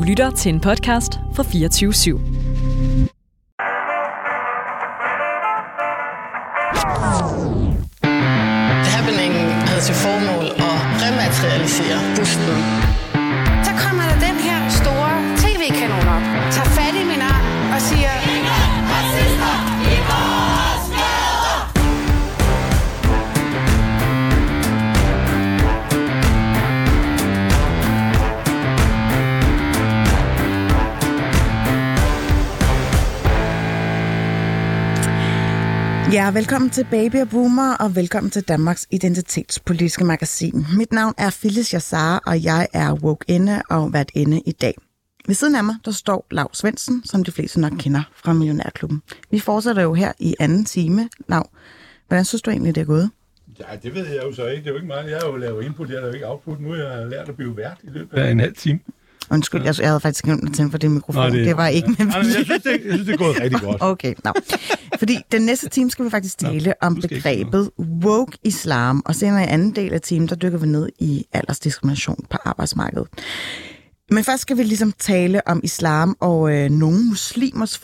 lytter til en podcast fra 24/7. Happeningen havde til formål at rematerialisere busten. Så kommer der den her store tv-kanon op, tager fat i min arm og siger: Ingen racister i vores gader! Ja, velkommen til Baby og Boomer, og velkommen til Danmarks identitetspolitiske magasin. Mit navn er Phyllis Jassar, og jeg er woke-inde og værtinde i dag. Ved siden af mig, der står Lau Svendsen, som de fleste nok kender fra Millionærklubben. Vi fortsætter jo her i anden time. Lau, hvordan synes du egentlig, det er gået? Ja, det ved jeg jo så ikke. Det er jo ikke meget. Jeg har jo lavet input, jeg har jo ikke output. Nu har jeg lært at blive vært i løbet af en halv time. Undskyld, jeg havde faktisk glemt at tænde for din mikrofon. Det var ikke med vilje. Jeg synes, det er gået rigtig godt. Okay, Fordi den næste time skal vi faktisk tale om begrebet woke islam, og senere i anden del af timen, der dykker vi ned i aldersdiskrimination på arbejdsmarkedet. Men først skal vi ligesom tale om islam og nogle muslimers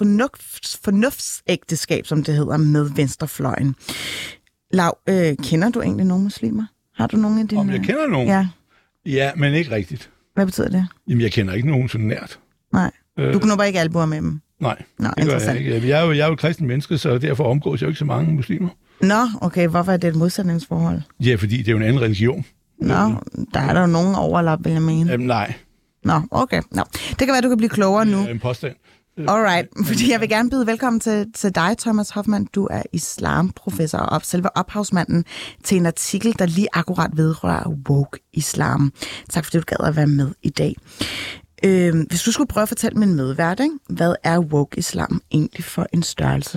fornuftsægteskab, som det hedder, med venstrefløjen. Lau, kender du egentlig nogle muslimer? Har du nogen af dine... Om jeg kender nogen? Ja, men ikke rigtigt. Hvad betyder det? Jamen, jeg kender ikke nogen sådan nært. Nej. Du knupper ikke albuer med dem? Nej, det gør jeg ikke. Jeg er jo et kristen menneske, så derfor omgås jeg jo ikke så mange muslimer. Nå, okay. Hvorfor er det et modsætningsforhold? Ja, fordi det er jo en anden religion. Nå, der er der jo nogen overlap, vil jeg mene. Jamen, nej. Nå, okay. Nå. Det kan være, du kan blive klogere nu. Det er en påstand. Alright, fordi jeg vil gerne byde velkommen til dig, Thomas Hoffmann. Du er islamprofessor og selve ophavsmanden til en artikel, der lige akkurat vedrører woke islam. Tak fordi du gad at være med i dag. Hvis du skulle prøve at fortælle min medvært, ikke? Hvad er woke islam egentlig for en størrelse?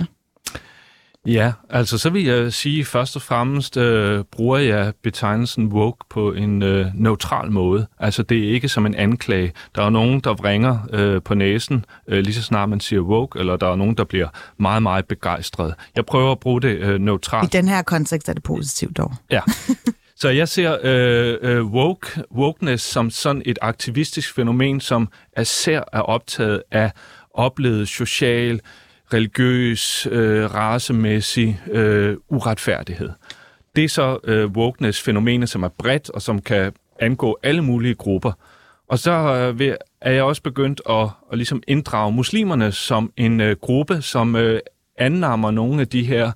Ja, altså så vil jeg sige, først og fremmest bruger jeg betegnelsen woke på en neutral måde. Altså det er ikke som en anklage. Der er nogen, der vringer på næsen, lige så snart man siger woke, eller der er nogen, der bliver meget, meget begejstret. Jeg prøver at bruge det neutralt. I den her kontekst er det positivt dog. Ja. Så jeg ser wokeness som sådan et aktivistisk fænomen, som især er optaget af oplevet social, religiøs, racemæssig uretfærdighed. Det er så wokeness-fænomener, som er bredt og som kan angå alle mulige grupper. Og så er jeg også begyndt at ligesom inddrage muslimerne som en gruppe, som annammer nogle af de her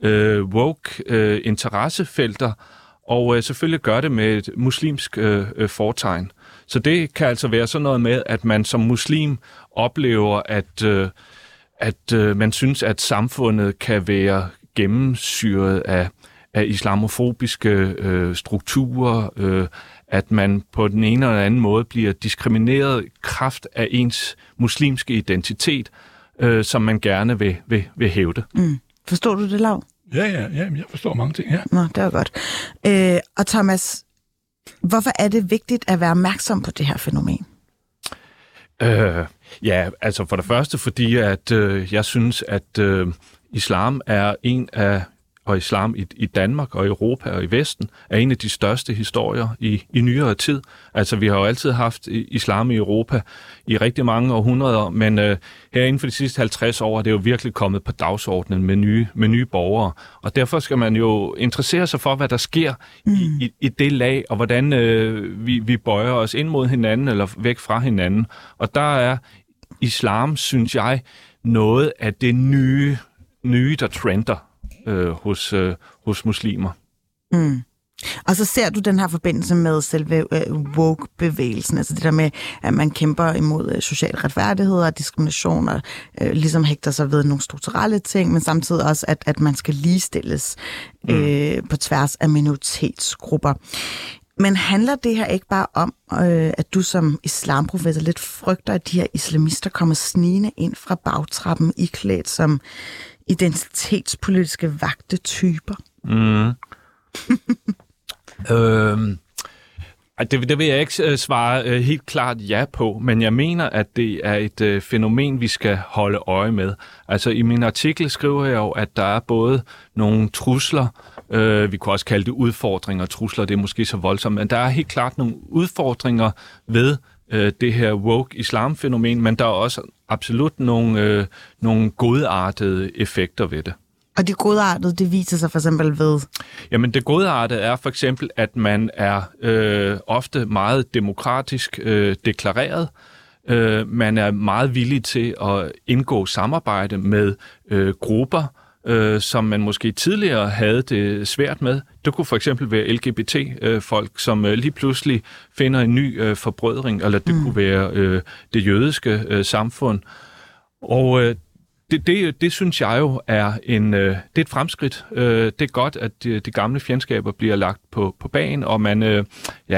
woke-interessefelter, og selvfølgelig gør det med et muslimsk fortegn. Så det kan altså være sådan noget med, at man som muslim oplever, at man synes, at samfundet kan være gennemsyret af islamofobiske strukturer, at man på den ene eller anden måde bliver diskrimineret i kraft af ens muslimske identitet, som man gerne vil hævde. Mm. Forstår du det, Lau? Ja, jeg forstår mange ting, ja. Nå, det var godt. Og Thomas, hvorfor er det vigtigt at være opmærksom på det her fænomen? Ja, altså for det første, fordi at jeg synes, at islam er og islam i Danmark og Europa og i Vesten er en af de største historier i nyere tid. Altså vi har jo altid haft islam i Europa i rigtig mange århundreder, men her inden for de sidste 50 år er det jo virkelig kommet på dagsordenen med nye borgere. Og derfor skal man jo interessere sig for, hvad der sker i det lag, og hvordan vi bøjer os ind mod hinanden eller væk fra hinanden. Og der er islam, synes jeg, noget af det nye der trender hos muslimer. Mm. Og så ser du den her forbindelse med selve woke-bevægelsen, altså det der med, at man kæmper imod social retfærdighed og diskrimination, og ligesom hægter sig ved nogle strukturelle ting, men samtidig også, at man skal ligestilles på tværs af minoritetsgrupper. Men handler det her ikke bare om, at du som islamprofessor lidt frygter, at de her islamister kommer snigende ind fra bagtrappen iklædt som identitetspolitiske vagtetyper? Det vil jeg ikke svare helt klart ja på, men jeg mener, at det er et fænomen, vi skal holde øje med. Altså i min artikel skriver jeg jo, at der er både nogle trusler, vi kunne også kalde det udfordringer. Trusler, det er måske så voldsomt, men der er helt klart nogle udfordringer ved det her woke islam-fænomen, men der er også absolut nogle godartede effekter ved det. Og det godartede, det viser sig for eksempel ved? Jamen det godartede er for eksempel, at man er ofte meget demokratisk deklareret. Man er meget villig til at indgå samarbejde med grupper, som man måske tidligere havde det svært med. Det kunne for eksempel være LGBT-folk, som lige pludselig finder en ny forbrødring, eller det kunne være det jødiske samfund. Og det synes jeg jo er det er et fremskridt. Det er godt, at de gamle fjendskaber bliver lagt på banen, og man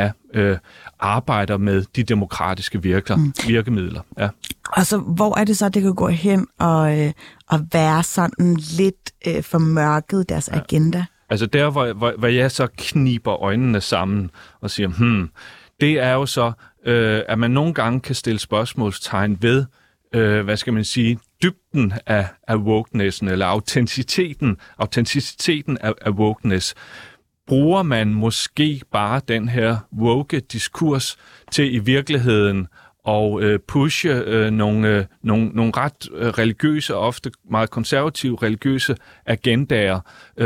arbejder med de demokratiske virkemidler. Ja. Og så hvor er det så, det kan gå hen og være sådan lidt formørket deres agenda? Altså der, hvor jeg så kniber øjnene sammen og siger, det er jo så, at man nogle gange kan stille spørgsmålstegn ved, hvad skal man sige, dybden af wokenessen, eller autenticiteten af wokeness. Bruger man måske bare den her woke diskurs til i virkeligheden og pushe nogle ret religiøse, ofte meget konservative religiøse agendaer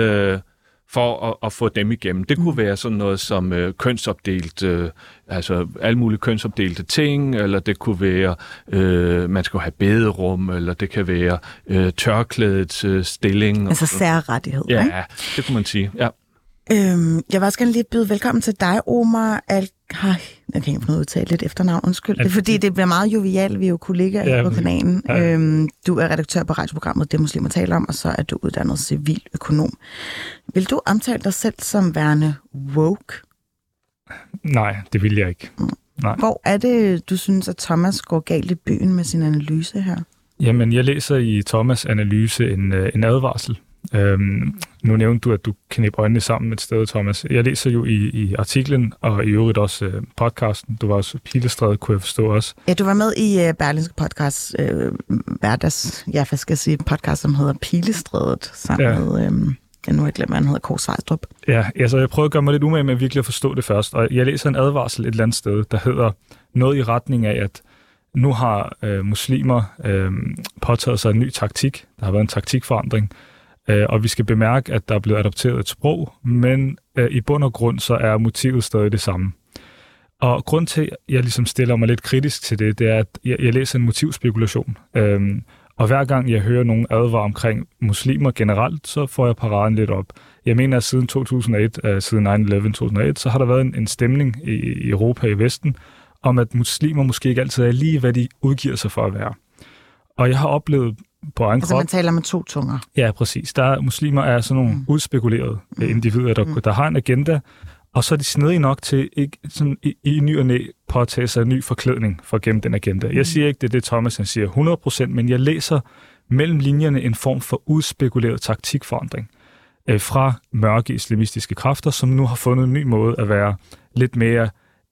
for at få dem igennem. Det kunne være sådan noget som kønsopdelt, altså alle mulige kønsopdelte ting, eller det kunne være, man skal have bederum, eller det kan være tørklædets stilling. Altså særrettighed, ja, ikke? Det kunne man sige, ja. Jeg vil også gerne lige byde velkommen til dig, Omar jeg kan ikke få noget udtale lidt efternavn, undskyld. Det er fordi, det bliver meget jovial, vi er jo kollegaer på kanalen. Ja. Du er redaktør på radioprogrammet Det Muslimer taler om, og så er du uddannet civiløkonom. Vil du omtale dig selv som værende woke? Nej, det vil jeg ikke. Nej. Hvor er det, du synes, at Thomas går galt i byen med sin analyse her? Jamen, jeg læser i Thomas' analyse en advarsel. Nu nævnte du, at du knep øjnene sammen et sted, Thomas. Jeg læser jo i artiklen, og i øvrigt også podcasten. Du var også Pilestræde, kunne jeg forstå også. Ja, du var med i Berlingske podcast, podcast, som hedder Pilestrædet, sammen med, nu har jeg glemt, han hedder Kåre Svejstrup. Ja, altså jeg prøver at gøre mig lidt umage med virkelig at forstå det først, og jeg læser en advarsel et eller andet sted, der hedder noget i retning af, at nu har muslimer påtaget sig en ny taktik. Der har været en taktikforandring. Og vi skal bemærke, at der er blevet adopteret et sprog, men i bund og grund, så er motivet stadig det samme. Og grund til, at jeg ligesom stiller mig lidt kritisk til det, det er, at jeg læser en motivspekulation. Og hver gang jeg hører nogen advare omkring muslimer generelt, så får jeg paraden lidt op. Jeg mener, at siden 2001, siden 9/11-2001, så har der været en stemning i Europa, i Vesten, om at muslimer måske ikke altid er lige, hvad de udgiver sig for at være. Og jeg har oplevet på egen krop... man taler med to tunger. Ja, præcis. Muslimer er sådan nogle udspekulerede individer, der har en agenda, og så er de snedige nok til ikke sådan i ny og næ påtage sig en ny forklædning for at gemme den agenda. Jeg siger ikke, det er det, Thomas han siger 100%, men jeg læser mellem linjerne en form for udspekuleret taktikforandring fra mørke islamistiske kræfter, som nu har fundet en ny måde at være lidt mere...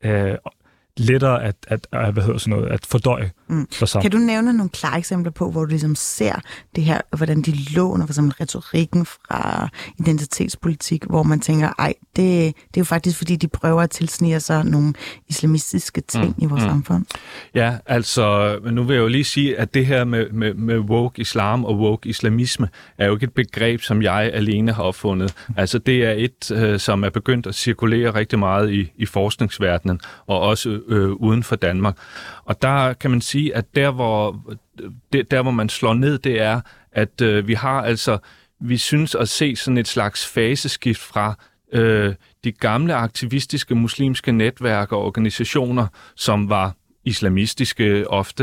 lettere at fordøje for sammen. Kan du nævne nogle klare eksempler på, hvor du ligesom ser det her, hvordan de låner for eksempel retorikken fra identitetspolitik, hvor man tænker, det er jo faktisk fordi, de prøver at tilsnige sig nogle islamistiske ting i vores samfund? Ja, altså nu vil jeg jo lige sige, at det her med woke islam og woke islamisme er jo ikke et begreb, som jeg alene har opfundet. Altså det er et, som er begyndt at cirkulere rigtig meget i forskningsverdenen, og også uden for Danmark. Og der kan man sige, at der hvor man slår ned, det er, at vi synes at se sådan et slags faseskift fra de gamle aktivistiske muslimske netværk og organisationer, som var islamistiske ofte.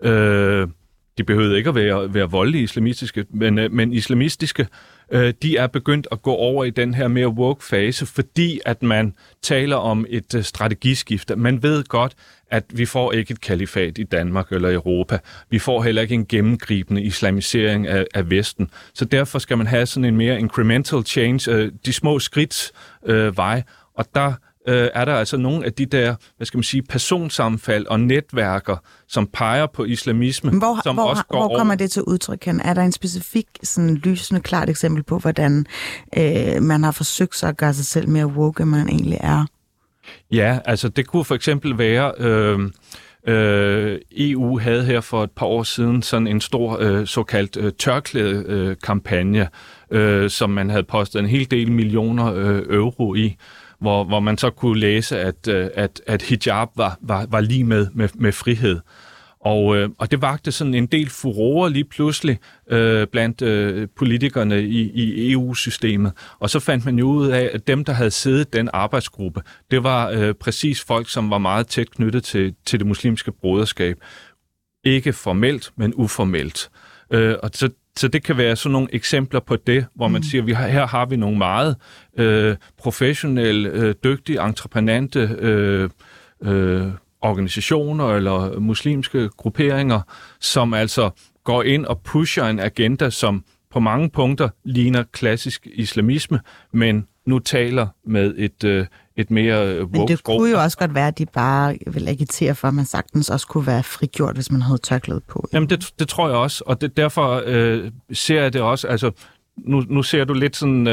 De behøvede ikke at være voldelige islamistiske, men islamistiske. De er begyndt at gå over i den her mere woke-fase, fordi at man taler om et strategiskifte. Man ved godt, at vi får ikke et kalifat i Danmark eller Europa. Vi får heller ikke en gennemgribende islamisering af Vesten. Så derfor skal man have sådan en mere incremental change, de små skridts vej. Og der er der altså nogle af de der, personsammenfald og netværker, som peger på islamisme, som også går over. Hvor kommer det til udtryk hen? Er der en specifik, sådan lysende klart eksempel på, hvordan man har forsøgt sig at gøre sig selv mere woke, end man egentlig er? Ja, altså det kunne for eksempel være EU havde her for et par år siden sådan en stor såkaldt tørklæde-kampagne, som man havde postet en hel del millioner euro i, hvor man så kunne læse, at hijab var lige med frihed. Og det vagte sådan en del furore lige pludselig blandt politikerne i EU-systemet. Og så fandt man jo ud af, at dem, der havde siddet den arbejdsgruppe, det var præcis folk, som var meget tæt knyttet til det muslimske broderskab. Ikke formelt, men uformelt. Og så det kan være sådan nogle eksempler på det, hvor man siger, at her har vi nogle meget professionelle, dygtige, entreprenante organisationer eller muslimske grupperinger, som altså går ind og pusher en agenda, som på mange punkter ligner klassisk islamisme, men nu taler med et mere woke. Men det kunne jo også godt være, at de bare vil agitere for, at man sagtens også kunne være frigjort, hvis man havde tørklæde på. Jamen det tror jeg også, og derfor ser jeg det også, altså nu ser du lidt sådan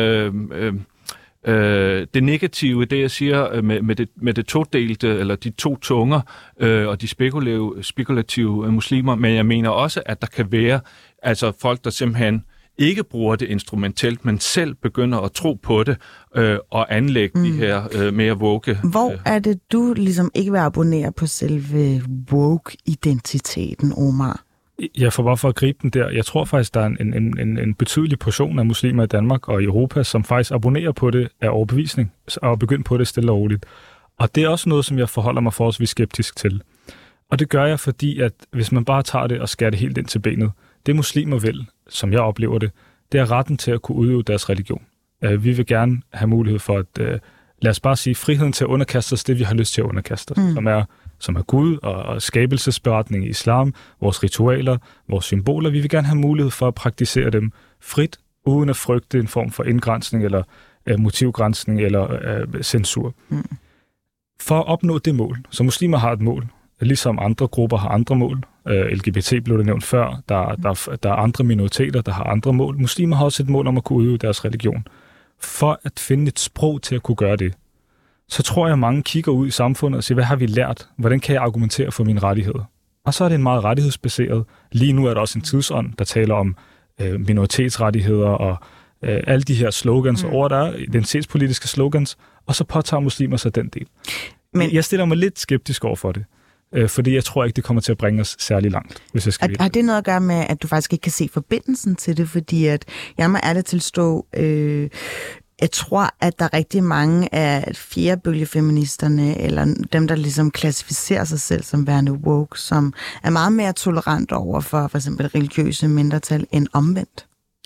det negative, det jeg siger med det todelte, eller de to tunger, og de spekulative muslimer, men jeg mener også, at der kan være altså folk, der simpelthen ikke bruger det instrumentelt, men selv begynder at tro på det, og anlægge de her mere woke. Hvor er det, du ligesom ikke vil abonnere på selve woke-identiteten, Omar? Jeg får bare for at gribe den der. Jeg tror faktisk, der er en betydelig portion af muslimer i Danmark og i Europa, som faktisk abonnerer på det af overbevisning, og begynder på det stille og roligt. Og det er også noget, som jeg forholder mig forholdsvis skeptisk til. Og det gør jeg, fordi at hvis man bare tager det og skærer det helt ind til benet, det muslimer vil, som jeg oplever det, det er retten til at kunne udøve deres religion. Vi vil gerne have mulighed for at, lad os bare sige, friheden til at underkaste os det, vi har lyst til at underkaste os, som er Gud og skabelsesberetning i islam, vores ritualer, vores symboler. Vi vil gerne have mulighed for at praktisere dem frit, uden at frygte en form for indgrænsning eller motivgrænsning eller censur. For at opnå det mål, så muslimer har et mål, ligesom andre grupper har andre mål. LGBT blev det nævnt før. Der er andre minoriteter, der har andre mål. Muslimer har også et mål om at kunne udøve deres religion. For at finde et sprog til at kunne gøre det, så tror jeg, at mange kigger ud i samfundet og siger, hvad har vi lært? Hvordan kan jeg argumentere for mine rettigheder? Og så er det en meget rettighedsbaseret. Lige nu er der også en tidsånd, der taler om minoritetsrettigheder og alle de her slogans og ord, der er identitetspolitiske slogans, og så påtager muslimer sig den del. Men jeg stiller mig lidt skeptisk over for det. Fordi jeg tror ikke, det kommer til at bringe os særlig langt, hvis jeg skal. Har det noget at gøre med, at du faktisk ikke kan se forbindelsen til det? Fordi at jeg må ærligt tilstå, jeg tror, at der er rigtig mange af fjerdebølgefeministerne, eller dem, der ligesom klassificerer sig selv som værende woke, som er meget mere tolerant over for eksempel religiøse mindretal end omvendt.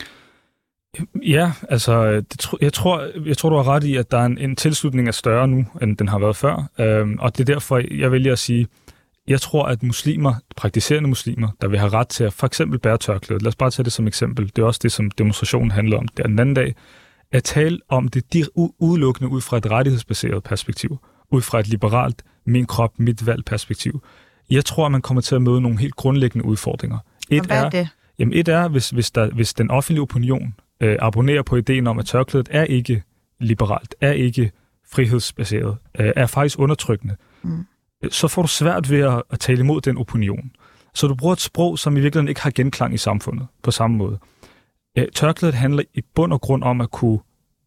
Ja, altså, jeg tror, du har ret i, at der er en tilslutning er større nu, end den har været før. Og det er derfor, jeg vælger at sige, jeg tror, at muslimer, praktiserende muslimer, der vil have ret til at for eksempel bære tørklædet, lad os bare tage det som eksempel, det er også det, som demonstrationen handler om, det er den anden dag, at tale om det udelukkende ud fra et rettighedsbaseret perspektiv, ud fra et liberalt, min krop, mit valg perspektiv. Jeg tror, at man kommer til at møde nogle helt grundlæggende udfordringer. Og hvad er det? Jamen et er, hvis den offentlige opinion abonnerer på ideen om, at tørklædet er ikke liberalt, er ikke frihedsbaseret, er faktisk undertrykkende, så får du svært ved at tale imod den opinion. Så du bruger et sprog, som i virkeligheden ikke har genklang i samfundet på samme måde. Tørklædet handler i bund og grund om at kunne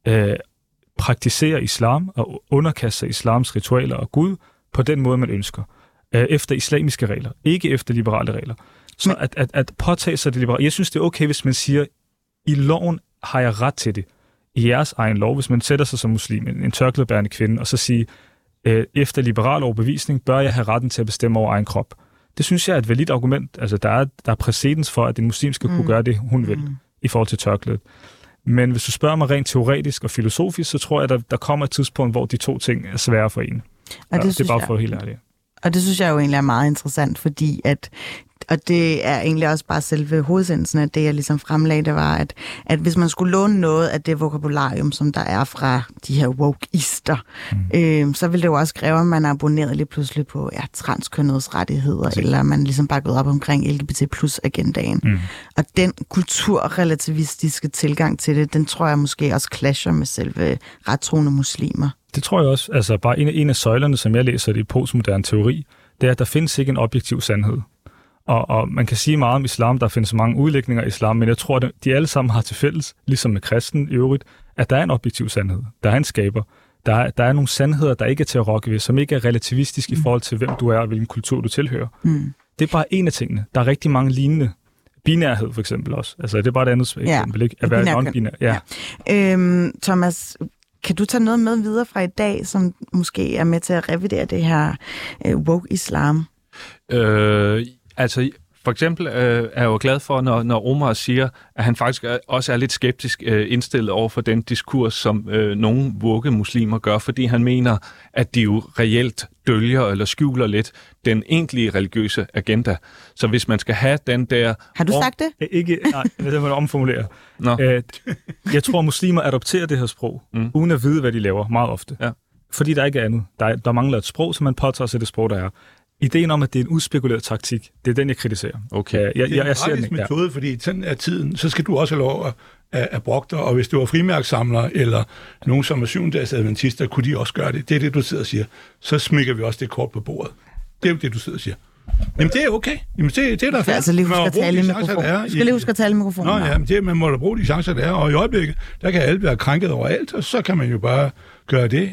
praktisere islam og underkaste sig islams ritualer og Gud på den måde, man ønsker. Efter islamiske regler, ikke efter liberale regler. Så at påtage sig det liberale. Jeg synes, det er okay, hvis man siger, i loven har jeg ret til det. I jeres egen lov, hvis man sætter sig som muslim, en tørklædebærende kvinde, og så siger, efter liberal overbevisning, bør jeg have retten til at bestemme over egen krop. Det synes jeg er et validt argument. Altså, der er præcedens for, at den muslim skal kunne gøre det, hun vil, i forhold til tørklædet. Men hvis du spørger mig rent teoretisk og filosofisk, så tror jeg, at der kommer et tidspunkt, hvor de to ting er svære for en. Og det er bare for helt ærligt. Og det synes jeg jo egentlig er meget interessant, fordi og det er egentlig også bare selve hovedsendelsen af det, jeg ligesom fremlagde, det var, at hvis man skulle låne noget af det vokabularium, som der er fra de her wokeister, så ville det jo også kræve, at man abonnerede lige pludselig på transkønnedes rettigheder, eller man ligesom bare gået op omkring LGBT+-agendaen. Og den kulturrelativistiske tilgang til det, den tror jeg måske også clasher med selve rettroende muslimer. Det tror jeg også. Altså bare en af søjlerne, som jeg læser det i postmoderne teori, det er, at der findes ikke en objektiv sandhed. Og man kan sige meget om islam, der findes mange udlægninger af islam, men jeg tror, at de alle sammen har til fælles, ligesom med kristen i øvrigt, at der er en objektiv sandhed. Der er en skaber. Der er nogle sandheder, der ikke er til at rokke ved, som ikke er relativistiske i forhold til, hvem du er og hvilken kultur du tilhører. Det er bare en af tingene. Der er rigtig mange lignende. Binærhed for eksempel også. Altså, det er bare et andet eksempel, ikke? At være non-binær. Ja. Thomas, kan du tage noget med videre fra i dag, som måske er med til at revidere det her woke islam? For eksempel er jeg jo glad for, når Omar siger, at han faktisk også er lidt skeptisk indstillet over for den diskurs, som nogle woke muslimer gør, fordi han mener, at de jo reelt dølger eller skjuler lidt den egentlige religiøse agenda. Så hvis man skal have den der... Har du sagt det? Ikke, nej, det må jeg omformulere. Jeg tror, muslimer adopterer det her sprog, uden at vide, hvad de laver, meget ofte. Ja. Fordi der ikke er andet. Der mangler et sprog, som man påtager sig det sprog, der er. Ideen om, at det er en uspekuleret taktik, det er den, jeg kritiserer. Okay. Jeg ser den metode, fordi sådan er tiden, så skal du også have lov at brokke dig, og hvis du var frimærkssamler, eller nogen, som er 7-dags adventister, kunne de også gøre det. Det er det, du sidder og siger. Så smækker vi også det kort på bordet. Det er jo det, du sidder og siger. Jamen, det er okay. Jamen, det er der færdigt. Altså lige huske at tale i mikrofonen. Du skal lige huske at tale i mikrofonen. Nå ja, man må da bruge de chancer, der er. Og i øjeblikket, der kan alle være krænket over alt, og så kan man jo bare gøre det.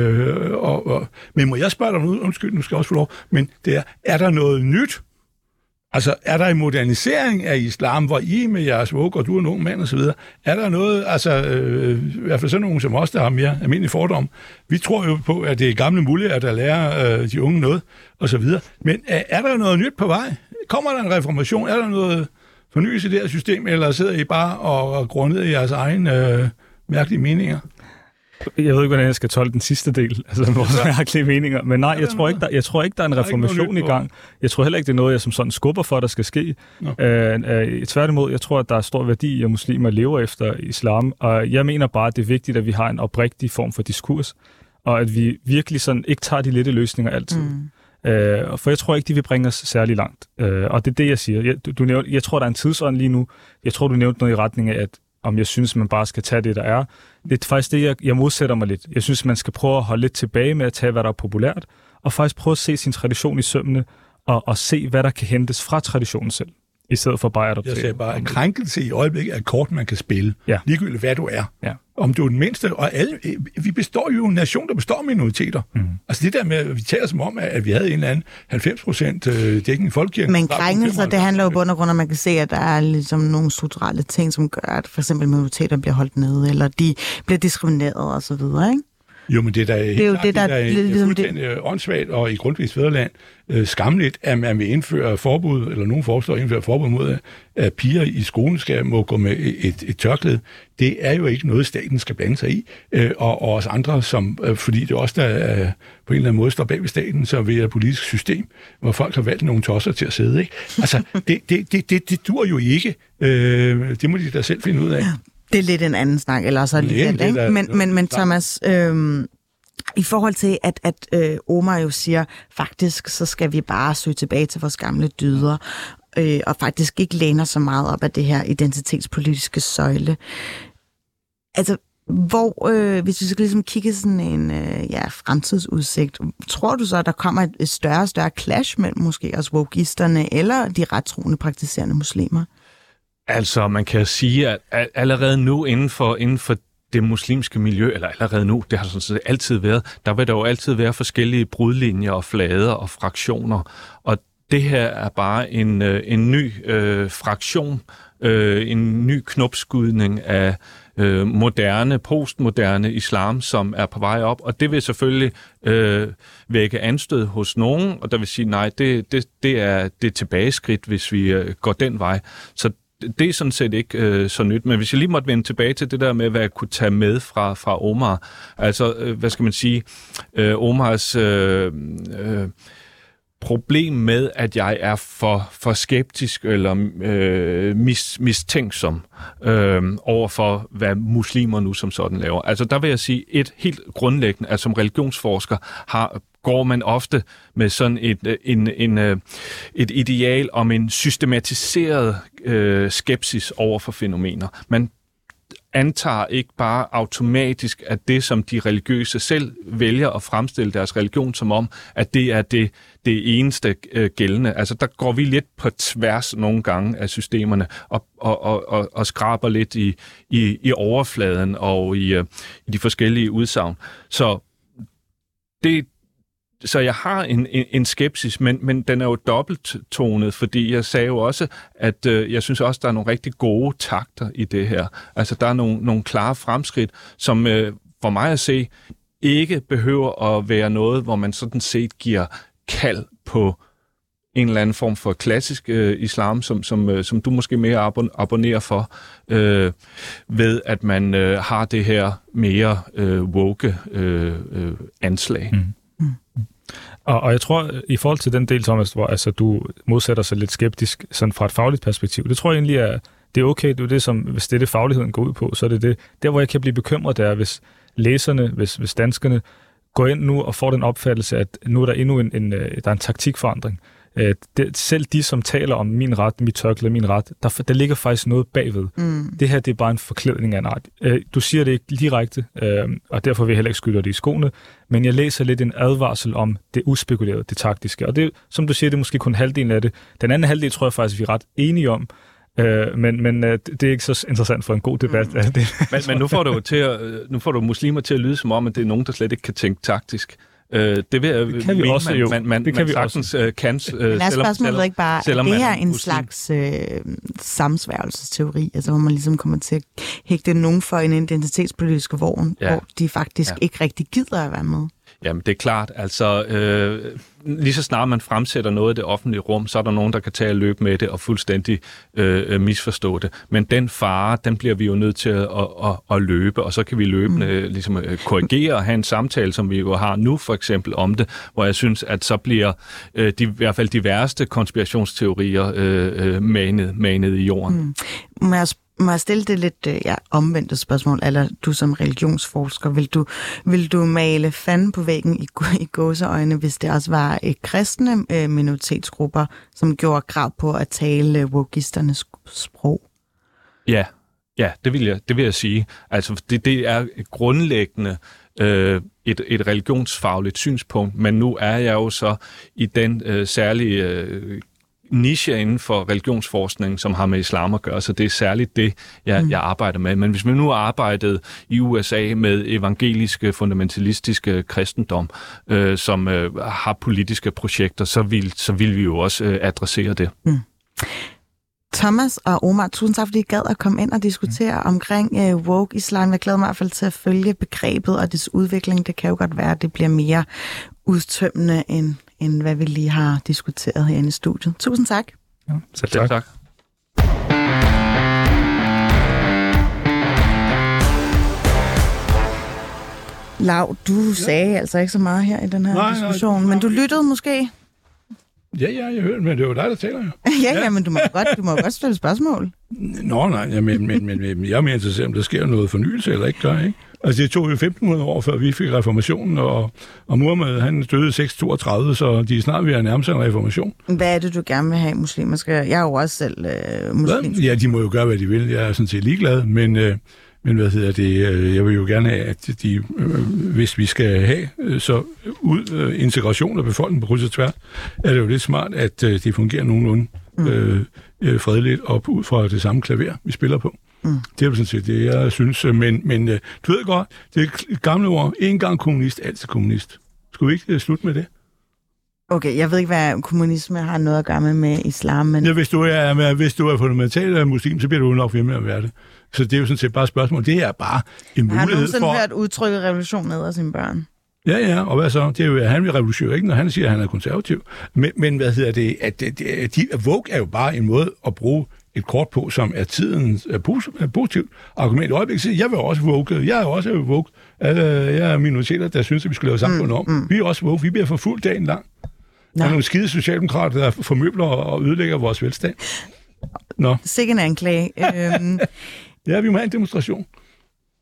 Men må jeg spørge dig nu? Undskyld, nu skal jeg også få lov. Men det er der noget nyt? Altså, er der en modernisering af islam, hvor I med jeres woke, og du er en ung mand osv., er der noget, i hvert fald sådan nogen som os, der har mere almindelig fordom. Vi tror jo på, at det er gamle muligheder, der lærer de unge noget, osv. Men er der noget nyt på vej? Kommer der en reformation? Er der noget fornyelse i det her system, eller sidder I bare og gror ned i jeres egne mærkelige meninger? Jeg ved ikke, hvordan jeg skal tolke den sidste del, altså vores mærkelige meninger, men nej, jeg tror ikke, der er en reformation i gang. Jeg tror heller ikke, det er noget, jeg som sådan skubber for, der skal ske. Tværtimod, jeg tror, at der er stor værdi i, at muslimer lever efter islam, og jeg mener bare, at det er vigtigt, at vi har en oprigtig form for diskurs, og at vi virkelig sådan ikke tager de lette løsninger altid. For jeg tror ikke, de vil bringe os særlig langt. Og det er det, jeg siger. Jeg tror, der er en tidsånd lige nu. Jeg tror, du nævnte noget i retning af, at om jeg synes, man bare skal tage det, der er. Det er faktisk det, jeg modsætter mig lidt. Jeg synes, man skal prøve at holde lidt tilbage med at tage, hvad der er populært, og faktisk prøve at se sin tradition i sømmene, og se, hvad der kan hentes fra traditionen selv, i stedet for bare at adoptere. Jeg siger bare, at krænkelse i øjeblikket er et kort, man kan spille. Ja. Ligegyldigt, hvad du er. Ja. Om du er den mindste, og alle, vi består jo en nation, der består af minoriteter. Altså det der med, at vi taler som om, at vi havde en eller anden 90% dækning i folkekirken. Men krænkelser, det handler jo bund og grund, at man kan se, at der er ligesom nogle strukturelle ting, som gør, at for eksempel minoriteter bliver holdt nede, eller de bliver diskrimineret og så videre, ikke? Jo, men det er jo det, der er fuldstændig åndssvagt, og i Grundtvigs fædreland skamligt, at man vil indføre forbud, eller nogen foreslår at indføre forbud mod, at piger i skolen må gå med et tørklæde. Det er jo ikke noget, staten skal blande sig i, og os andre, fordi det også der på en eller anden måde står bag ved staten, så ved et politisk system, hvor folk har valgt nogle tosser til at sidde, ikke? Altså, det dur jo ikke. Det må de da selv finde ud af. Det er lidt en anden snak, eller så lidt, ikke? Men Thomas, i forhold til, at Omar jo siger, faktisk så skal vi bare søge tilbage til vores gamle dyder, og faktisk ikke læner så meget op af det her identitetspolitiske søjle. Altså, hvis vi skal ligesom kigge sådan en fremtidsudsigt, tror du så, at der kommer et større og større clash mellem måske også wokisterne eller de rettroende praktiserende muslimer? Altså, man kan sige, at allerede nu inden for det muslimske miljø, eller allerede nu, det har sådan set altid været, der vil der jo altid være forskellige brudlinjer og flader og fraktioner, og det her er bare en ny fraktion, en ny knopskydning af postmoderne islam, som er på vej op, og det vil selvfølgelig vække anstød hos nogen, og der vil sige, nej, det er tilbageskridt, hvis vi går den vej. Så det er sådan set ikke så nyt, men hvis jeg lige måtte vende tilbage til det der med, hvad jeg kunne tage med fra Omar, altså, hvad skal man sige, Omars problem med, at jeg er for skeptisk eller mistænksom over for, hvad muslimer nu som sådan laver. Altså, der vil jeg sige et helt grundlæggende, at som religionsforsker går man ofte med sådan et ideal om en systematiseret skepsis over for fænomener. Man antager ikke bare automatisk, at det, som de religiøse selv vælger at fremstille deres religion som om, at det er det eneste gældende. Altså, der går vi lidt på tværs nogle gange af systemerne og skraber lidt i overfladen og i de forskellige udsagn. Så jeg har en skepsis, men den er jo dobbelttonet, fordi jeg sagde jo også, at jeg synes også, der er nogle rigtig gode takter i det her. Altså, der er nogle klare fremskridt, som for mig at se, ikke behøver at være noget, hvor man sådan set giver kald på en eller anden form for klassisk islam, som du måske mere abonnerer for, ved at man har det her mere woke anslag. Og jeg tror, i forhold til den del, Thomas, hvor altså, du modsætter sig lidt skeptisk sådan fra et fagligt perspektiv, det tror jeg egentlig det er okay. Det er det, som, hvis det er det, fagligheden går ud på, så er det det. Der, hvor jeg kan blive bekymret, det er, hvis læserne, hvis danskerne går ind nu og får den opfattelse, at nu er der endnu der er en taktikforandring. Selv de, som taler om min ret, mit tørklæde, min ret, der ligger faktisk noget bagved. Det her, det er bare en forklædning af en art. Du siger det ikke direkte, og derfor vil jeg heller ikke skylde det i skoene, men jeg læser lidt en advarsel om det uspekulerede, det taktiske. Og det, som du siger, det er måske kun halvdelen af det. Den anden halvdel tror jeg faktisk, vi er ret enige om. Men det er ikke så interessant for en god debat. Men nu får du muslimer til at lyde som om, at det er nogen, der slet ikke kan tænke taktisk. Det kan vi også jo. Det kan vi sagtens kan. Men er spørgsmålet ikke bare, at det her er en slags samsværgelsesteori, altså hvor man ligesom kommer til at hægte nogen for en identitetspolitisk vogn, hvor de faktisk ikke rigtig gider at være med? Jamen, det er klart. Altså, lige så snart man fremsætter noget i det offentlige rum, så er der nogen, der kan tage og løbe med det og fuldstændig misforstå det. Men den fare, den bliver vi jo nødt til at løbe, og så kan vi løbende ligesom korrigere og have en samtale, som vi jo har nu for eksempel om det, hvor jeg synes, at så bliver i hvert fald de værste konspirationsteorier manet i jorden. Må jeg stille det lidt omvendte spørgsmål, eller du som religionsforsker, vil du male fanden på væggen i gåseøjne, hvis det også var kristne minoritetsgrupper, som gjorde krav på at tale wokisternes sprog? Ja, det vil jeg sige. Altså, det er grundlæggende et religionsfagligt synspunkt, men nu er jeg jo så i den særlige niche inden for religionsforskning, som har med islam at gøre, så det er særligt det, jeg arbejder med. Men hvis man nu arbejdede i USA med evangeliske, fundamentalistiske kristendom, som har politiske projekter, så vil vi jo også adressere det. Thomas og Omar, tusind tak, fordi I gad at komme ind og diskutere omkring woke islam. Jeg glæder mig i hvert fald til at følge begrebet og dets udvikling. Det kan jo godt være, at det bliver mere udtømmende end hvad vi lige har diskuteret herinde i studiet. Tusind tak. Ja, selv tak. Lau, du sagde altså ikke så meget her i den her diskussion, men du lyttede måske? Ja, jeg hørte, men det var dig, der taler jo. ja, men du må godt stille spørgsmål. Nej, men jeg er mere interesseret, om der sker noget fornyelse eller ikke gør, ikke? Altså, det tog jo 1500 år, før vi fik reformationen, og Muhammed, han døde 632, så de er snart ved at nærme sig en reformation. Hvad er det, du gerne vil have, muslimer skal? Jeg er jo også selv muslim. Ja, de må jo gøre, hvad de vil. Jeg er sådan set ligeglad, men hvad hedder det? Jeg vil jo gerne have, at de, hvis vi skal have så integration af befolkningen på kryds og tværs, er det jo lidt smart, at det fungerer nogenlunde fredeligt op ud fra det samme klaver, vi spiller på. Det er jo sådan set det, jeg synes. Men du ved godt, det er gamle ord. En gang kommunist, altid kommunist. Skulle vi ikke slutte med det? Okay, jeg ved ikke, hvad kommunisme har noget at gøre med islam, men... Ja, hvis du er fundamentalt muslim, så bliver du nok ved med at være det. Så det er jo sådan set bare et spørgsmål. Det er bare en mulighed for... Har du nogensinde hørt udtrykket revolution ned af sine børn? Ja, og hvad så? Det er jo, han vil revolutionere, ikke, når han siger, at han er konservativ. Men hvad hedder det? At woke er jo bare en måde at bruge et kort på, som er tidens positivt argument. I øjeblikket jeg vil også woke. Jeg er også woke. Jeg er minoriteter, der synes, at vi skal lave samfundet om. Vi er også woke. Vi bliver forfulgt dagen lang. Der er nogle skide socialdemokrater, der formøbler og ødelægger vores velstand. Sikke en anklage. Ja, vi må have en demonstration.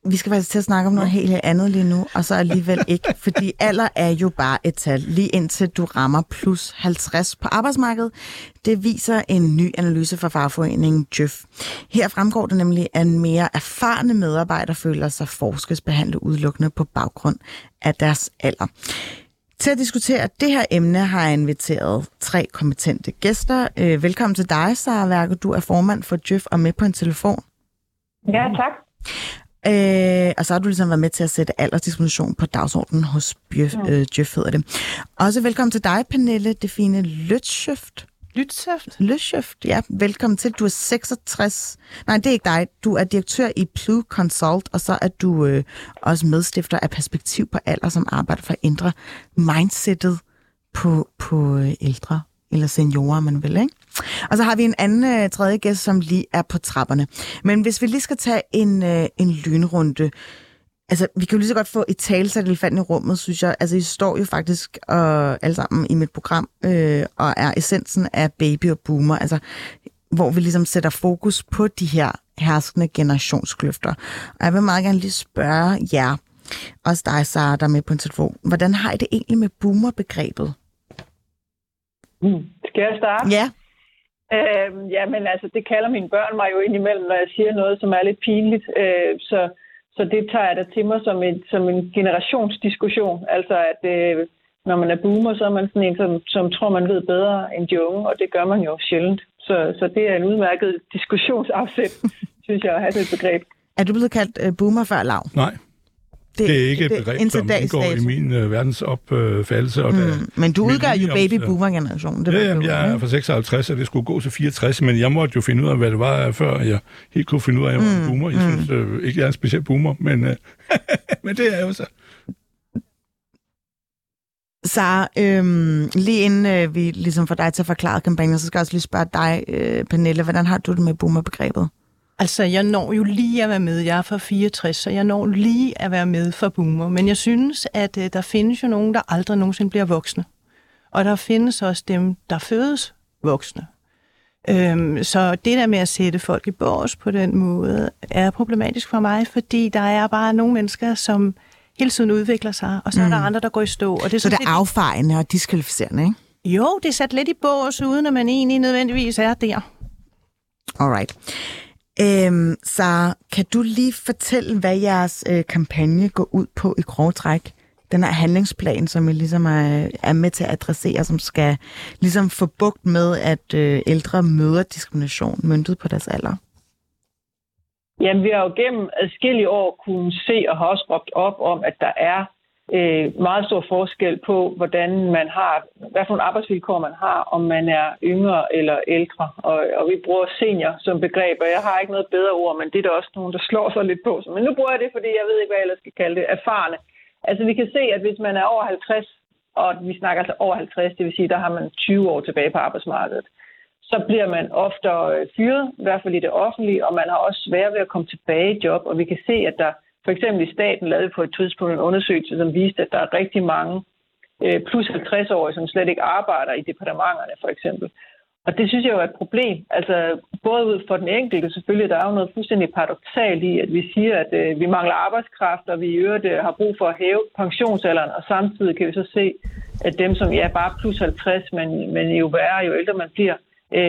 vi skal faktisk til at snakke om noget helt andet lige nu, og så alligevel ikke, fordi alder er jo bare et tal, lige indtil du rammer plus 50 på arbejdsmarkedet. Det viser en ny analyse fra fagforeningen Djøf. Her fremgår det nemlig, at mere erfarne medarbejdere føler sig forskelsbehandlet udelukkende på baggrund af deres alder. Til at diskutere det her emne har jeg inviteret 3 kompetente gæster. Velkommen til dig, Sara Værke. Du er formand for Djøf og med på en telefon. Ja, tak. Og så har du ligesom været med til at sætte aldersdiskrimination på dagsordenen hos Djøf, hedder det. Også velkommen til dig, Pernille Define Løtschøft. Løtschøft, ja. Velkommen til. Du er 66. Nej, det er ikke dig. Du er direktør i Plu Consult, og så er du også medstifter af Perspektiv på Alder, som arbejder for at ændre mindsetet på ældre eller seniorer, man vil, ikke? Og så har vi en anden tredje gæst, som lige er på trapperne. Men hvis vi lige skal tage en lynrunde. Altså, vi kan jo lige så godt få et talsat elefanten i rummet, synes jeg. Altså, I står jo faktisk alle sammen i mit program, og er essensen af baby og boomer, altså, hvor vi ligesom sætter fokus på de her herskende generationskløfter. Og jeg vil meget gerne lige spørge jer, også dig, Sara, der er med på en telefon, hvordan har I det egentlig med boomer-begrebet? Skal jeg starte? Ja. Jamen, altså, det kalder mine børn mig jo indimellem, når jeg siger noget, som er lidt pinligt. Så det tager jeg da til mig som en generationsdiskussion. Altså, at når man er boomer, så er man sådan en, som tror, man ved bedre end de unge, og det gør man jo sjældent. Så det er en udmærket diskussionsafsæt, synes jeg, at have det begreb. Er du blevet kaldt boomer før, Lav? Nej. Det er ikke et begreb, som indgår i min verdensopfattelse. Men du udgør jo baby-boomer-generationen. Jeg er fra 56, og det skulle gå til 64, men jeg måtte jo finde ud af, hvad det var, før jeg helt kunne finde ud af, at jeg var en boomer. Jeg synes ikke, jeg er en speciel boomer, men det er jo så. Så lige inden vi ligesom får dig til at forklare kampagnen, så skal jeg også lige spørge dig, Pernille, hvordan har du det med boomer-begrebet? Altså, jeg når jo lige at være med. Jeg er fra 64, så jeg når lige at være med for boomer. Men jeg synes, at der findes jo nogen, der aldrig nogensinde bliver voksne. Og der findes også dem, der fødes voksne. Så det der med at sætte folk i bås på den måde, er problematisk for mig, fordi der er bare nogle mennesker, som hele tiden udvikler sig, og så er der andre, der går i stå. Og det så det er affejende og diskvalificerende, ikke? Jo, det er sat lidt i bås, uden at man egentlig nødvendigvis er der. Alright. Så kan du lige fortælle, hvad jeres kampagne går ud på i grove træk? Den her handlingsplan, som I ligesom er med til at adressere, som skal ligesom få bugt med, at ældre møder diskrimination møntet på deres alder? Jamen, vi har jo gennem adskillige år kunnet se og har også råbt op om, at der er meget stor forskel på, hvordan man har, hvad for nogle arbejdsvilkår man har, om man er yngre eller ældre. Og vi bruger senior som begreb, og jeg har ikke noget bedre ord, men det er der også nogen, der slår sig lidt på. Men nu bruger jeg det, fordi jeg ved ikke, hvad jeg ellers skal kalde det, erfarne. Altså, vi kan se, at hvis man er over 50, og vi snakker altså over 50, det vil sige, der har man 20 år tilbage på arbejdsmarkedet, så bliver man ofte fyret, i hvert fald i det offentlige, og man har også svært ved at komme tilbage i job, og vi kan se, at der for eksempel i staten lavede på et tidspunkt en undersøgelse, som viste, at der er rigtig mange plus 50-årige, som slet ikke arbejder i departementerne, for eksempel. Og det synes jeg jo er et problem. Altså, både ud for den enkelte, selvfølgelig, der er jo noget fuldstændig paradoksalt i, at vi siger, at vi mangler arbejdskraft, og vi i øvrigt har brug for at hæve pensionsalderen, og samtidig kan vi så se, at dem, som bare plus 50, men jo værre, jo ældre man bliver,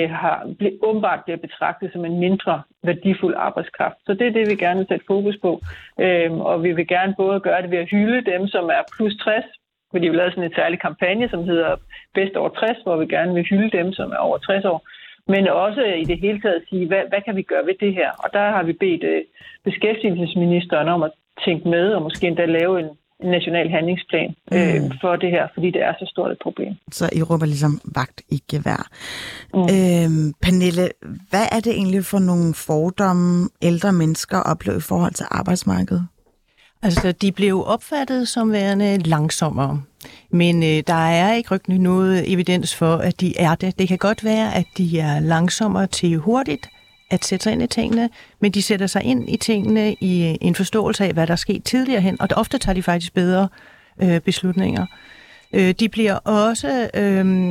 åbenbart bliver betragtet som en mindre værdifuld arbejdskraft. Så det er det, vi gerne vil sætte fokus på. Og vi vil gerne både gøre det ved at hylde dem, som er plus 60, fordi vi lavede sådan en særlig kampagne, som hedder Bedst over 60, hvor vi gerne vil hylde dem, som er over 60 år. Men også i det hele taget sige, hvad kan vi gøre ved det her? Og der har vi bedt beskæftigelsesministeren om at tænke med, og måske endda lave en national handlingsplan for det her, fordi det er så stort et problem. Så I råber ligesom vagt i gevær. Pernille, hvad er det egentlig for nogle fordomme ældre mennesker oplever i forhold til arbejdsmarkedet? Altså, de blev opfattet som værende langsommere, men der er ikke rigtig noget evidens for, at de er det. Det kan godt være, at de er langsommere til hurtigt at sætte sig ind i tingene, men de sætter sig ind i tingene i en forståelse af, hvad der er sket tidligere hen, og ofte tager de faktisk bedre beslutninger. De bliver også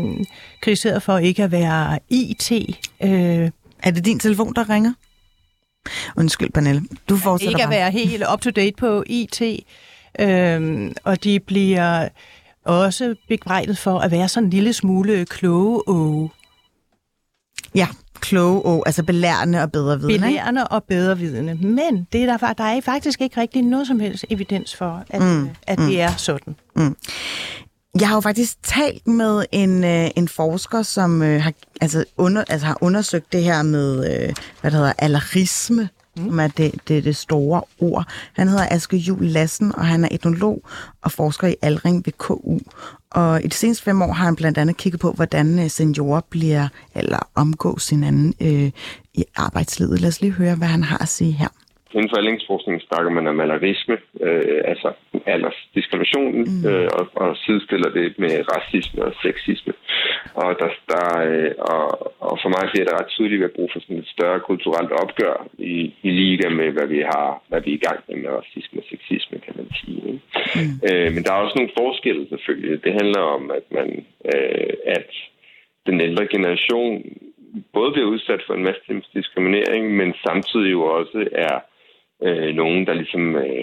kritiseret for ikke at være IT. Er det din telefon, der ringer? Undskyld, Pernille. Du fortsætter ikke at være helt up-to-date på IT, og de bliver også bebrejdet for at være sådan en lille smule kloge. Ja, kloge, altså belærende og bedrevidende. Belærende og bedrevidende. Men der er faktisk ikke rigtig noget som helst evidens for, at det er sådan. Mm. Jeg har jo faktisk talt med en forsker, som har undersøgt det her med, hvad det hedder, alderisme, som er det store ord. Han hedder Aske Juhl Lassen, og han er etnolog og forsker i aldring ved KU. Og i de seneste 5 år har han blandt andet kigget på, hvordan seniorer omgås hinanden i arbejdslivet. Lad os lige høre, hvad han har at sige her. Inden for aldringsforskningen snakker man om alderisme, altså aldersdiskriminationen, og sidestiller det med racisme og sexisme. Og for mig er det ret tydeligt, at vi har brug for sådan et større kulturelt opgør i liga med, hvad vi er i gang med racisme og sexisme, kan man sige. Men der er også nogle forskelle selvfølgelig. Det handler om, at den ældre generation både bliver udsat for en masse diskriminering, men samtidig jo også er nogen, der ligesom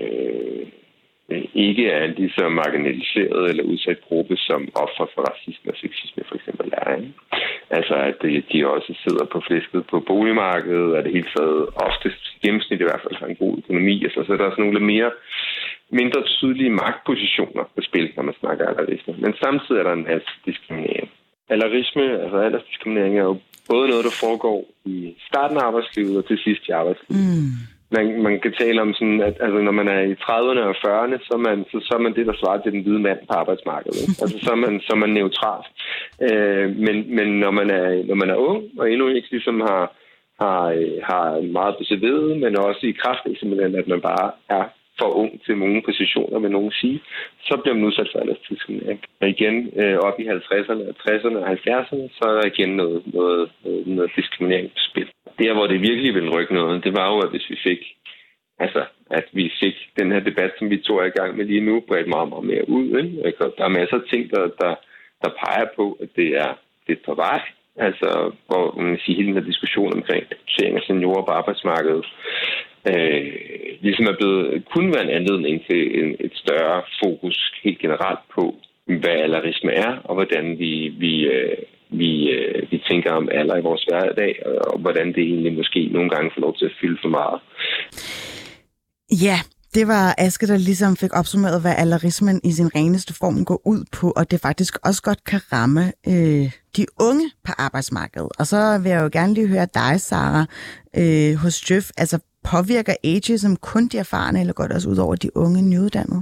ikke er lige så marginaliseret eller udsat gruppe som offer for racisme og sexisme for eksempel er. Altså at de også sidder på flæsket på boligmarkedet, og det hele taget oftest gennemsnit i hvert fald har en god økonomi. Altså, så der er sådan nogle mindre tydelige magtpositioner på spil, når man snakker alderisme. Men samtidig er der en masse diskriminering. Aldersdiskriminering er jo både noget, der foregår i starten af arbejdslivet og til sidst i arbejdslivet. Man kan tale om sådan, at altså, når man er i 30'erne og 40'erne, så er man det, der svarer til den hvide mand på arbejdsmarkedet. Altså, så er man neutral. Men når man er ung, og endnu ikke ligesom har meget beserveret, men også i kraft af simpelthen, at man bare er for ung til nogle positioner, vil nogen sige, så bliver man udsat for aldersdiskriminering. Og igen, op i 50'erne, 60'erne og 70'erne, så er der igen noget diskriminering på spil. Der, hvor det virkelig ville rykke noget, det var jo, at hvis vi fik den her debat, som vi tog i gang med lige nu, bredt meget, meget mere ud. Ikke? Der er masser af ting, der peger på, at det er på vej. Altså, hvor man kan sige, hele den her diskussion omkring rekruttering af seniorer på arbejdsmarkedet, ligesom er blevet, kunne være en anledning til et større fokus helt generelt på, hvad alderisme er, og hvordan vi tænker om alder i vores hverdag, og hvordan det egentlig måske nogle gange får lov til at fylde for meget. Ja, det var Aske, der ligesom fik opsummeret, hvad alderismen i sin reneste form går ud på, og det faktisk også godt kan ramme de unge på arbejdsmarkedet. Og så vil jeg jo gerne lige høre dig, Sara, hos Djøf. Altså, påvirker ageism kun de erfarne, eller går det også ud over de unge nyuddannede?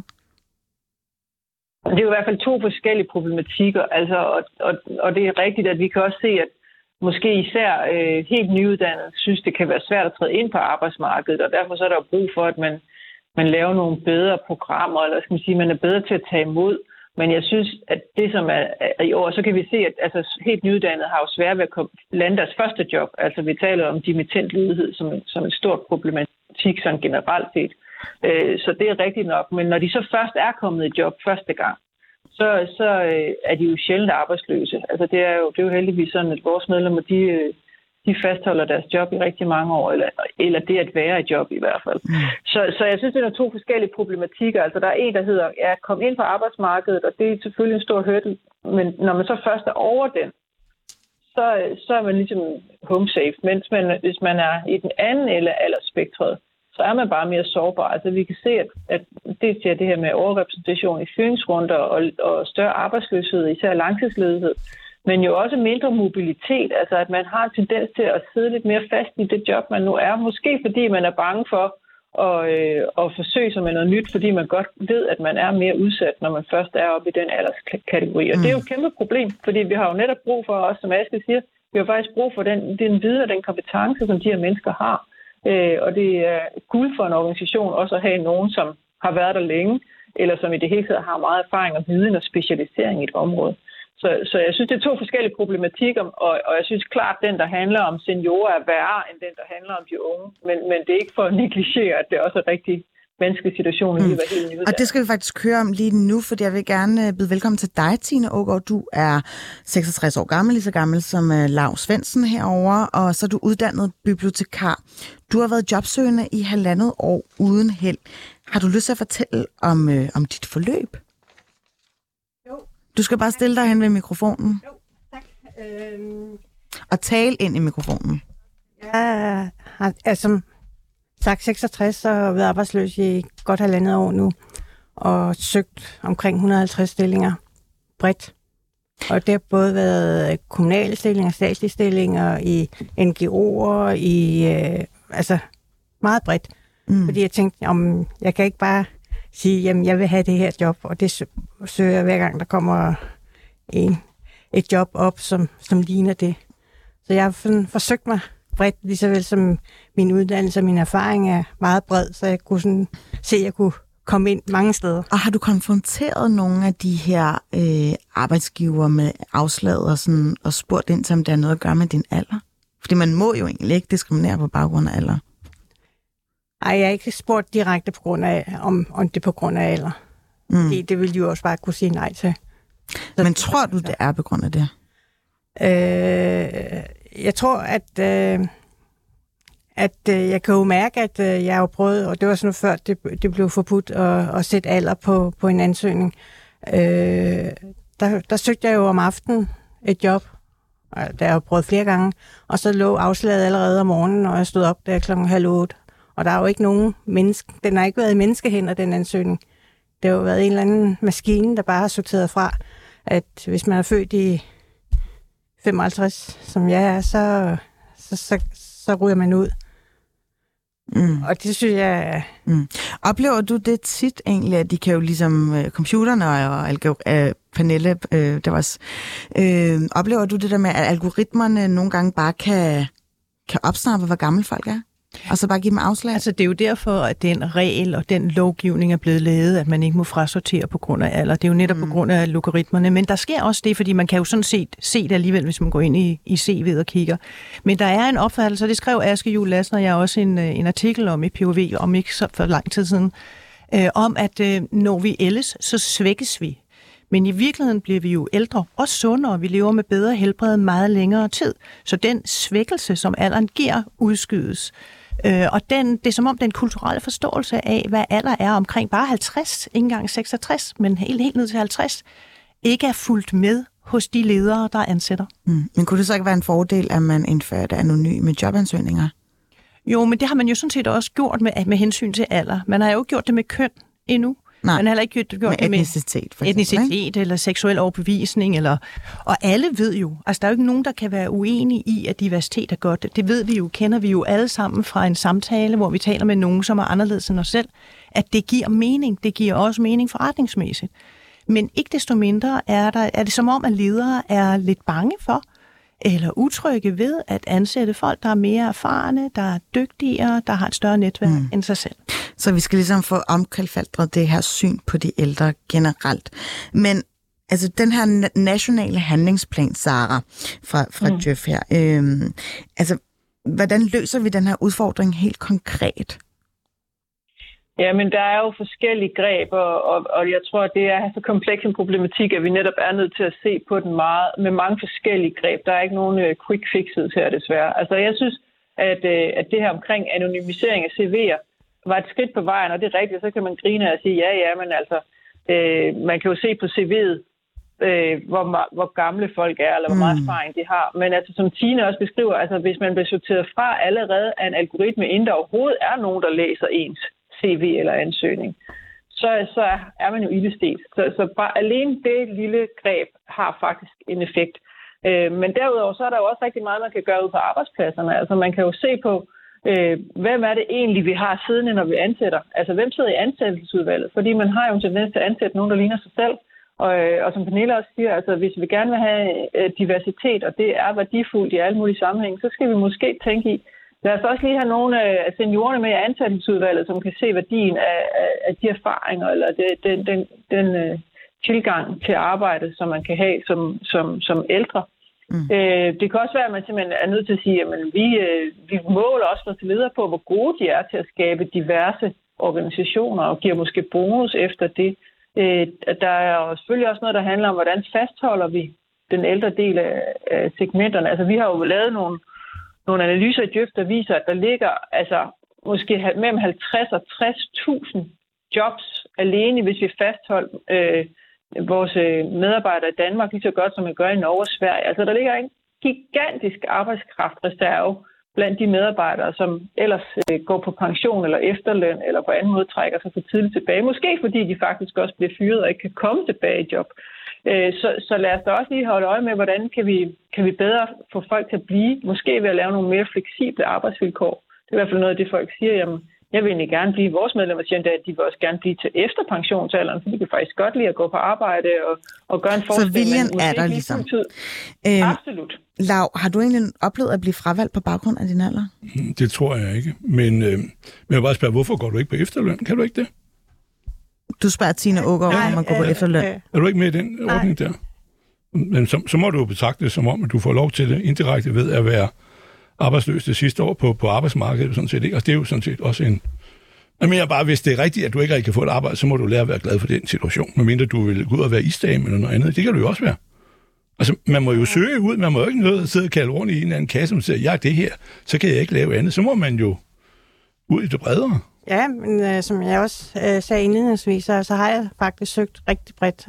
Det er jo i hvert fald 2 forskellige problematikker, altså, og det er rigtigt, at vi kan også se, at måske især helt nyuddannede synes, det kan være svært at træde ind på arbejdsmarkedet, og derfor så er der jo brug for, at man laver nogle bedre programmer, eller skal man sige, man er bedre til at tage imod. Men jeg synes, at det som er i år, så kan vi se, at altså, helt nyuddannede har jo svært ved at lande deres første job. Altså vi taler om dimittent ledighed som en stor problematik sådan generelt set. Så det er rigtigt nok. Men når de så først er kommet i job første gang, så er de jo sjældent arbejdsløse. Altså det er jo heldigvis sådan, at vores medlemmer, de fastholder deres job i rigtig mange år, eller det at være i job i hvert fald. Så jeg synes, det er 2 forskellige problematikker. Altså der er en, der hedder, kom ind på arbejdsmarkedet, og det er selvfølgelig en stor hurdle, men når man så først er over den, så er man ligesom home safe. Mens hvis man er i den anden eller aldersspektret, så er man bare mere sårbar. Altså vi kan se, at det siger det her med overrepræsentation i fyringsrunder og større arbejdsløshed, især langtidsledighed, men jo også mindre mobilitet, altså at man har en tendens til at sidde lidt mere fast i det job, man nu er. Måske fordi man er bange for at forsøge sig med noget nyt, fordi man godt ved, at man er mere udsat, når man først er oppe i den alderskategori. Og det er jo et kæmpe problem, fordi vi har jo netop brug for os, som Aske siger, vi har faktisk brug for den viden og den kompetence, som de her mennesker har. Og det er guld for en organisation også at have nogen, som har været der længe, eller som i det hele taget har meget erfaring og viden og specialisering i et område. Så jeg synes, det er 2 forskellige problematikker, og jeg synes klart, at den, der handler om seniorer, er værre end den, der handler om de unge. Men det er ikke for at negligere, at det også er rigtig vanskelig situation, at vi var helt nyuddannet. Og det skal vi faktisk høre om lige nu, for jeg vil gerne byde velkommen til dig, Tine Aagaard. Du er 66 år gammel, lige så gammel som Lav Svendsen herovre, og så er du uddannet bibliotekar. Du har været jobsøgende i 1,5 år uden held. Har du lyst til at fortælle om dit forløb? Jo. Du skal bare stille dig hen ved mikrofonen. Jo, tak. Og tale ind i mikrofonen. Jeg har som sagt 66 og været arbejdsløs i godt 1,5 år nu, og søgt omkring 150 stillinger bredt. Og det har både været kommunale stillinger, statslige stillinger, i NGO'er, altså meget bredt. Fordi jeg tænkte, jeg kan ikke bare sige, jamen jeg vil have det her job, og det søger jeg hver gang, der kommer et job op, som ligner det. Så jeg har forsøgt mig bredt, lige så vel som min uddannelse og min erfaring er meget bred, så jeg kunne sådan se, at jeg kunne komme ind mange steder. Og har du konfronteret nogle af de her arbejdsgivere med afslaget og spurgt ind til, om det har noget at gøre med din alder? Fordi man må jo egentlig ikke diskriminere på baggrund af alder. Ej, jeg har ikke spurgt direkte på grund af, om det er på grund af alder. Fordi det ville de jo også bare kunne sige nej til. Så men tror du, det er på grund af det? Jeg tror, at jeg kan jo mærke, at jeg har prøvet, og det var sådan før det blev forbudt at sætte alder på en ansøgning. Der søgte jeg jo om aftenen et job, og det har jeg jo prøvet flere gange, og så lå afslaget allerede om morgenen, og jeg stod op der 7:30. Og der er jo ikke nogen den har ikke været i menneskehænder, den ansøgning. Det har jo været en eller anden maskine, der bare har sorteret fra, at hvis man er født i 55, som jeg er, så ryger man ud. Og det synes jeg... Oplever du det tit egentlig, at de kan jo ligesom computerne og Pernille, oplever du det der med, at algoritmerne nogle gange bare kan opsnappe, hvor gamle folk er? Og så bare give dem afslag? Altså, det er jo derfor, at den regel og den lovgivning er blevet lavet, at man ikke må frasortere på grund af alder. Det er jo netop på grund af logaritmerne. Men der sker også det, fordi man kan jo sådan set se det alligevel, hvis man går ind i CV'et og kigger. Men der er en opfattelse, og det skrev Aske Juhl Lassen, og jeg har også en artikel om i POV, om ikke så for lang tid siden, om at når vi ældes, så svækkes vi. Men i virkeligheden bliver vi jo ældre og sundere. Vi lever med bedre helbred meget længere tid. Så den svækkelse, som alderen giver, udskydes. Og det er som om den kulturelle forståelse af, hvad alder er omkring bare 50, ikke engang 66, men helt ned til 50, ikke er fulgt med hos de ledere, der ansætter. Men kunne det så ikke være en fordel, at man indførte anonyme jobansøgninger? Jo, men det har man jo sådan set også gjort med hensyn til alder. Man har jo gjort det med køn endnu. Nej, man har heller ikke gjort det med etnicitet, for eksempel, etnicitet eller seksuel overbevisning. Og alle ved jo, altså der er jo ikke nogen, der kan være uenige i, at diversitet er godt. Det ved vi jo, kender vi jo alle sammen fra en samtale, hvor vi taler med nogen, som er anderledes end os selv, at det giver mening. Det giver også mening forretningsmæssigt. Men ikke desto mindre er det som om, at ledere er lidt bange for, eller utrygge ved at ansætte folk, der er mere erfarne, der er dygtigere, der har et større netværk end sig selv. Så vi skal ligesom få omkalfatret det her syn på de ældre generelt. Men altså den her nationale handlingsplan, Sara, fra Djøf her, altså hvordan løser vi den her udfordring helt konkret? Ja, men der er jo forskellige greb, og jeg tror, at det er så kompleks en problematik, at vi netop er nødt til at se på den med mange forskellige greb. Der er ikke nogen quick fixes her, desværre. Altså, jeg synes, at det her omkring anonymisering af CV'er var et skridt på vejen, og det er rigtigt, så kan man grine og sige, ja, men altså, man kan jo se på CV'et, hvor gamle folk er, eller hvor meget erfaring de har. Men altså, som Tine også beskriver, altså, hvis man bliver sorteret fra allerede af en algoritme, inden der overhovedet er nogen, der læser ens CV eller ansøgning, så er man jo ildestet. Så bare alene det lille greb har faktisk en effekt. Men derudover, så er der jo også rigtig meget, man kan gøre ud på arbejdspladserne. Altså man kan jo se på, hvem er det egentlig, vi har siddende, når vi ansætter? Altså hvem sidder i ansættelsesudvalget? Fordi man har jo en tendens til at ansætte nogen, der ligner sig selv. Og som Pernille også siger, altså hvis vi gerne vil have diversitet, og det er værdifuldt i alle mulige sammenhænge, så skal vi måske tænke i, lad os også lige have nogle af seniorerne med i ansættelsesudvalget, som kan se værdien af de erfaringer, eller den tilgang til arbejde, som man kan have som ældre. Det kan også være, at man simpelthen er nødt til at sige, at vi måler også vores ledere på, hvor gode de er til at skabe diverse organisationer og giver måske bonus efter det. Der er selvfølgelig også noget, der handler om, hvordan fastholder vi den ældre del af segmenterne. Altså, vi har jo lavet nogle analyser i Djøf, der viser, at der ligger måske mellem 50 og 60.000 jobs alene, hvis vi fastholder vores medarbejdere i Danmark lige så godt, som vi gør i Norge og Sverige. Altså, der ligger en gigantisk arbejdskraftreserve blandt de medarbejdere, som ellers går på pension eller efterløn, eller på anden måde trækker sig for tidligt tilbage. Måske fordi de faktisk også bliver fyret og ikke kan komme tilbage i job. Så lad os da også lige holde øje med, hvordan kan vi bedre få folk til at blive, måske ved at lave nogle mere fleksible arbejdsvilkår. Det er i hvert fald noget af det, folk siger, jamen, jeg vil egentlig gerne blive vores medlemmer, siger, at de vil også gerne blive til efter pensionsalderen, for de kan faktisk godt lide at gå på arbejde og gøre en forskel. Så viljen er der ligesom. Absolut. Lau, har du egentlig oplevet at blive fravalgt på baggrund af din alder? Det tror jeg ikke. Men jeg vil bare spørge, hvorfor går du ikke på efterløn? Kan du ikke det? Du spørger Tina Aagaard, om man går på efterløn. Er du ikke med i den ordning der? Men så må du jo betragte det som om, at du får lov til det indirekte ved at være arbejdsløs det sidste år på arbejdsmarkedet, sådan set ikke. Og det er jo sådan set også en... Jeg mener bare, hvis det er rigtigt, at du ikke rigtig kan få et arbejde, så må du lære at være glad for den situation. Medmindre du vil gå ud og være isdame eller noget andet. Det kan du jo også være. Altså, man må jo søge ud, man må jo ikke noget at sidde og kalde rundt i en eller anden kasse, og sige, ja, det her, så kan jeg ikke lave andet. Så må man jo ud i det bredere. Ja, men som jeg også sagde indledningsvis, så har jeg faktisk søgt rigtig bredt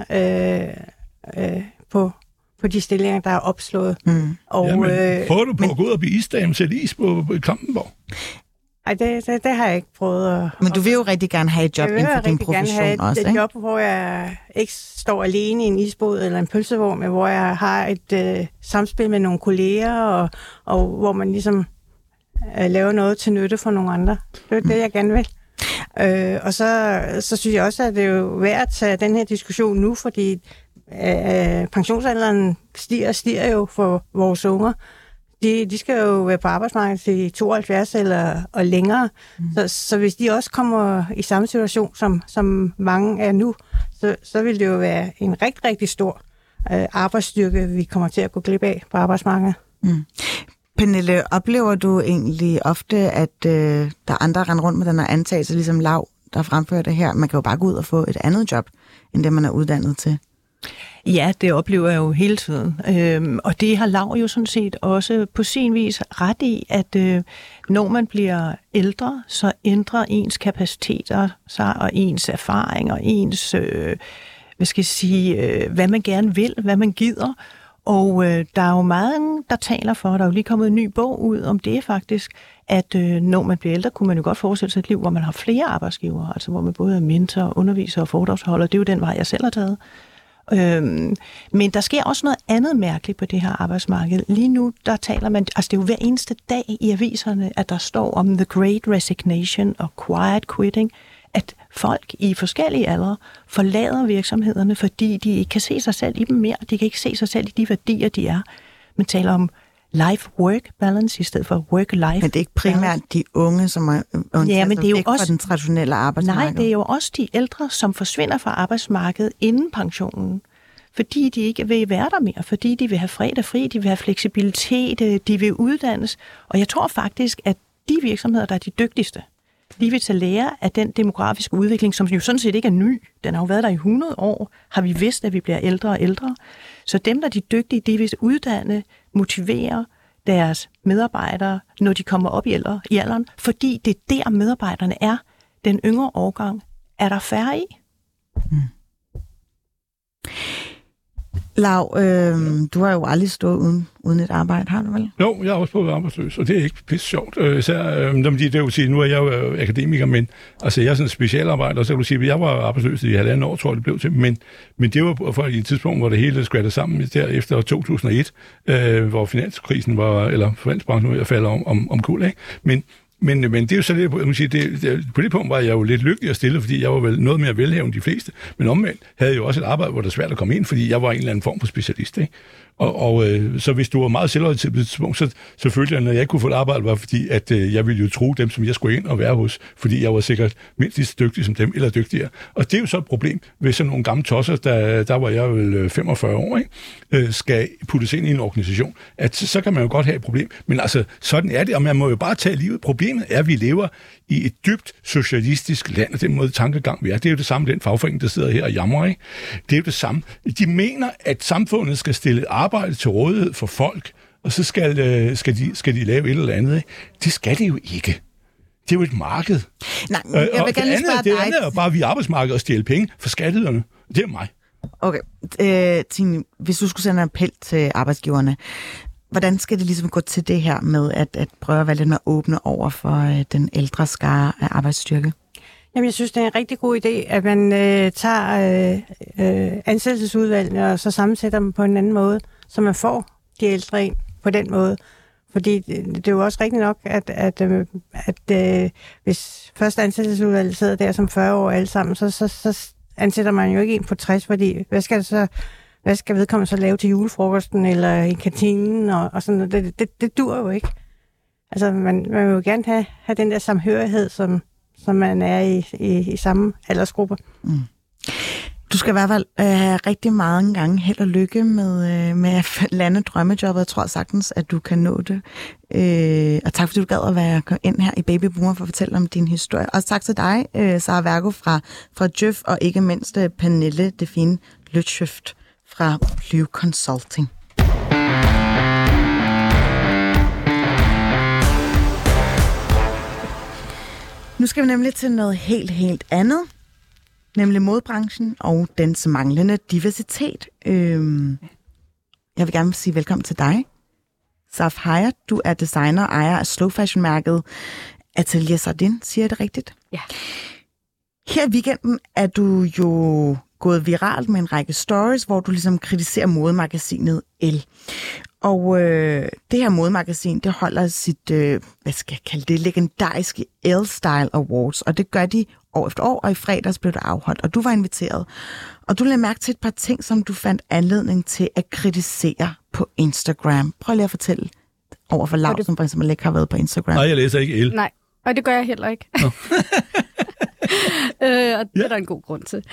på de stillinger, der er opslået. Og, prøver du på at gå ud og blive isdame til is på Klampenborg? Nej, det har jeg ikke prøvet. Men du vil jo rigtig gerne have et job inden for din profession også, ikke? Jeg vil et job, hvor jeg ikke står alene i en isbåd eller en pølsevogn, men hvor jeg har et samspil med nogle kolleger, og hvor man ligesom laver noget til nytte for nogle andre. Det er det, jeg gerne vil. Og så synes jeg også, at det er jo værd at tage den her diskussion nu, fordi pensionsalderen stiger jo for vores unger. De skal jo være på arbejdsmarkedet til 72 og længere. Så hvis de også kommer i samme situation, som mange er nu, så vil det jo være en rigtig, rigtig stor arbejdsstyrke, vi kommer til at gå glip af på arbejdsmarkedet. Pernille, oplever du egentlig ofte, at der er andre, der render rundt med den her antagelse, ligesom Lau, der fremfører det her? Man kan jo bare gå ud og få et andet job, end det man er uddannet til. Ja, det oplever jeg jo hele tiden. Og det har Lau jo sådan set også på sin vis ret i, at når man bliver ældre, så ændrer ens kapaciteter sig, og ens erfaring, og ens, hvad man gerne vil, hvad man gider. Og der er jo mange, der taler for, der er jo lige kommet en ny bog ud om det faktisk, at når man bliver ældre, kunne man jo godt forestille sig et liv, hvor man har flere arbejdsgivere, altså hvor man både er mentor, underviser og foredragsholder. Det er jo den vej, jeg selv har taget. Men der sker også noget andet mærkeligt på det her arbejdsmarked. Lige nu, der taler man, altså det er jo hver eneste dag i aviserne, at der står om the great resignation og quiet quitting, at folk i forskellige aldre forlader virksomhederne, fordi de ikke kan se sig selv i dem mere. De kan ikke se sig selv i de værdier, de er. Man taler om life-work balance i stedet for work-life. Men det er ikke primært de unge, som er væk fra den traditionelle arbejdsmarked. Nej, det er jo også de ældre, som forsvinder fra arbejdsmarkedet inden pensionen. Fordi de ikke vil være der mere, fordi de vil have fredag fri, de vil have fleksibilitet, de vil uddannes. Og jeg tror faktisk, at de virksomheder, der er de dygtigste, de vil tage lære af den demografiske udvikling, som jo sådan set ikke er ny. Den har jo været der i 100 år, har vi vidst, at vi bliver ældre og ældre. Så dem, der er de dygtige, de vil uddanne, motivere deres medarbejdere, når de kommer op i alderen, fordi det er der, medarbejderne er. Den yngre årgang er der færre i. Lau, du har jo aldrig stået uden et arbejde, har du vel? Jo, jeg har også prøvet arbejdsløs, og det er ikke pisse sjovt. Det er jo sige, nu er jeg jo akademiker, men altså, jeg er sådan en specialarbejder, og så kan du sige, at jeg var arbejdsløs i 1,5 år, tror jeg, det blev til. Men det var for et tidspunkt, hvor det hele skvattede sammen, der efter 2001, hvor finanskrisen var, eller finansbranchen var ved at falde om kul, ikke? Men det er jo så lidt, jeg må sige, på det punkt var jeg jo lidt lykkelig at stille, fordi jeg var vel noget mere velhavende end de fleste. Men omvendt havde jeg jo også et arbejde, hvor det var svært at komme ind, fordi jeg var en eller anden form for specialist, ikke? Og så hvis du var meget selvorienteret på det tidspunkt, så selvfølgelig, når jeg ikke kunne få et arbejde, var fordi, at jeg ville jo tro dem, som jeg skulle ind og være hos, fordi jeg var sikkert mindst lige så dygtig som dem, eller dygtigere. Og det er jo så et problem, hvis sådan nogle gamle tosser, der var jeg vel 45 år, ikke? Skal puttes ind i en organisation, at så kan man jo godt have et problem. Men altså, sådan er det, og man må jo bare tage livet. Problemet problemet er, at vi lever i et dybt socialistisk land, og den måde tankegang vi er. Det er jo det samme, den fagforening, der sidder her og jammer, ikke? Det er jo det samme. De mener, at samfundet skal stille arbejde til rådighed for folk, og så skal de lave et eller andet. Ikke? Det skal de jo ikke. Det er jo et marked. Nej, jeg vil gerne spørge dig. Det andet er bare, at vi er arbejdsmarkedet og stjæle penge for skatteyderne. Det er mig. Okay. Tine, hvis du skulle sende en appel til arbejdsgiverne, hvordan skal det ligesom gå til det her med at prøve at være lidt mere åbne over for den ældre skare af arbejdsstyrke? Jamen, jeg synes, det er en rigtig god idé, at man tager ansættelsesudvalgene og så sammensætter dem på en anden måde, så man får de ældre ind på den måde. Fordi det er jo også rigtigt nok, at hvis første ansættelsesudvalget sidder der som 40 år alle sammen, så ansætter man jo ikke en på 60, fordi hvad skal vedkommende så lave til julefrokosten eller i kantinen og sådan noget. Det dur jo ikke. Altså, man vil jo gerne have den der samhørighed, som man er i samme aldersgruppe. Mm. Du skal i hvert fald have rigtig mange gange held og lykke med at lande drømmejobbet. Jeg tror sagtens, at du kan nå det. Og tak fordi du gad at være ind her i Baby Boomer for at fortælle om din historie. Og tak til dig, Sara Vergo fra Djøf, og ikke mindst Pernille Define Løtschøft fra Plyw Consulting. Nu skal vi nemlig til noget helt andet. Nemlig modebranchen og dens manglende diversitet. Jeg vil gerne sige velkommen til dig, Saf Haya. Du er designer og ejer af slow fashion-mærket Atelier Sardin, siger jeg det rigtigt? Ja. Her i weekenden er du jo gået viralt med en række stories, hvor du ligesom kritiserer modemagasinet Elle. Og det her modemagasin, det holder sit, hvad skal jeg kalde det, legendariske Elle Style Awards, og det gør de år efter år, og i fredags blev det afholdt, og du var inviteret. Og du lagde mærke til et par ting, som du fandt anledning til at kritisere på Instagram. Prøv lige at fortælle over for Lav, som for eksempel ikke har været på Instagram. Nej, jeg læser ikke Elle. Nej, og det gør jeg heller ikke. Og det er der en god grund til.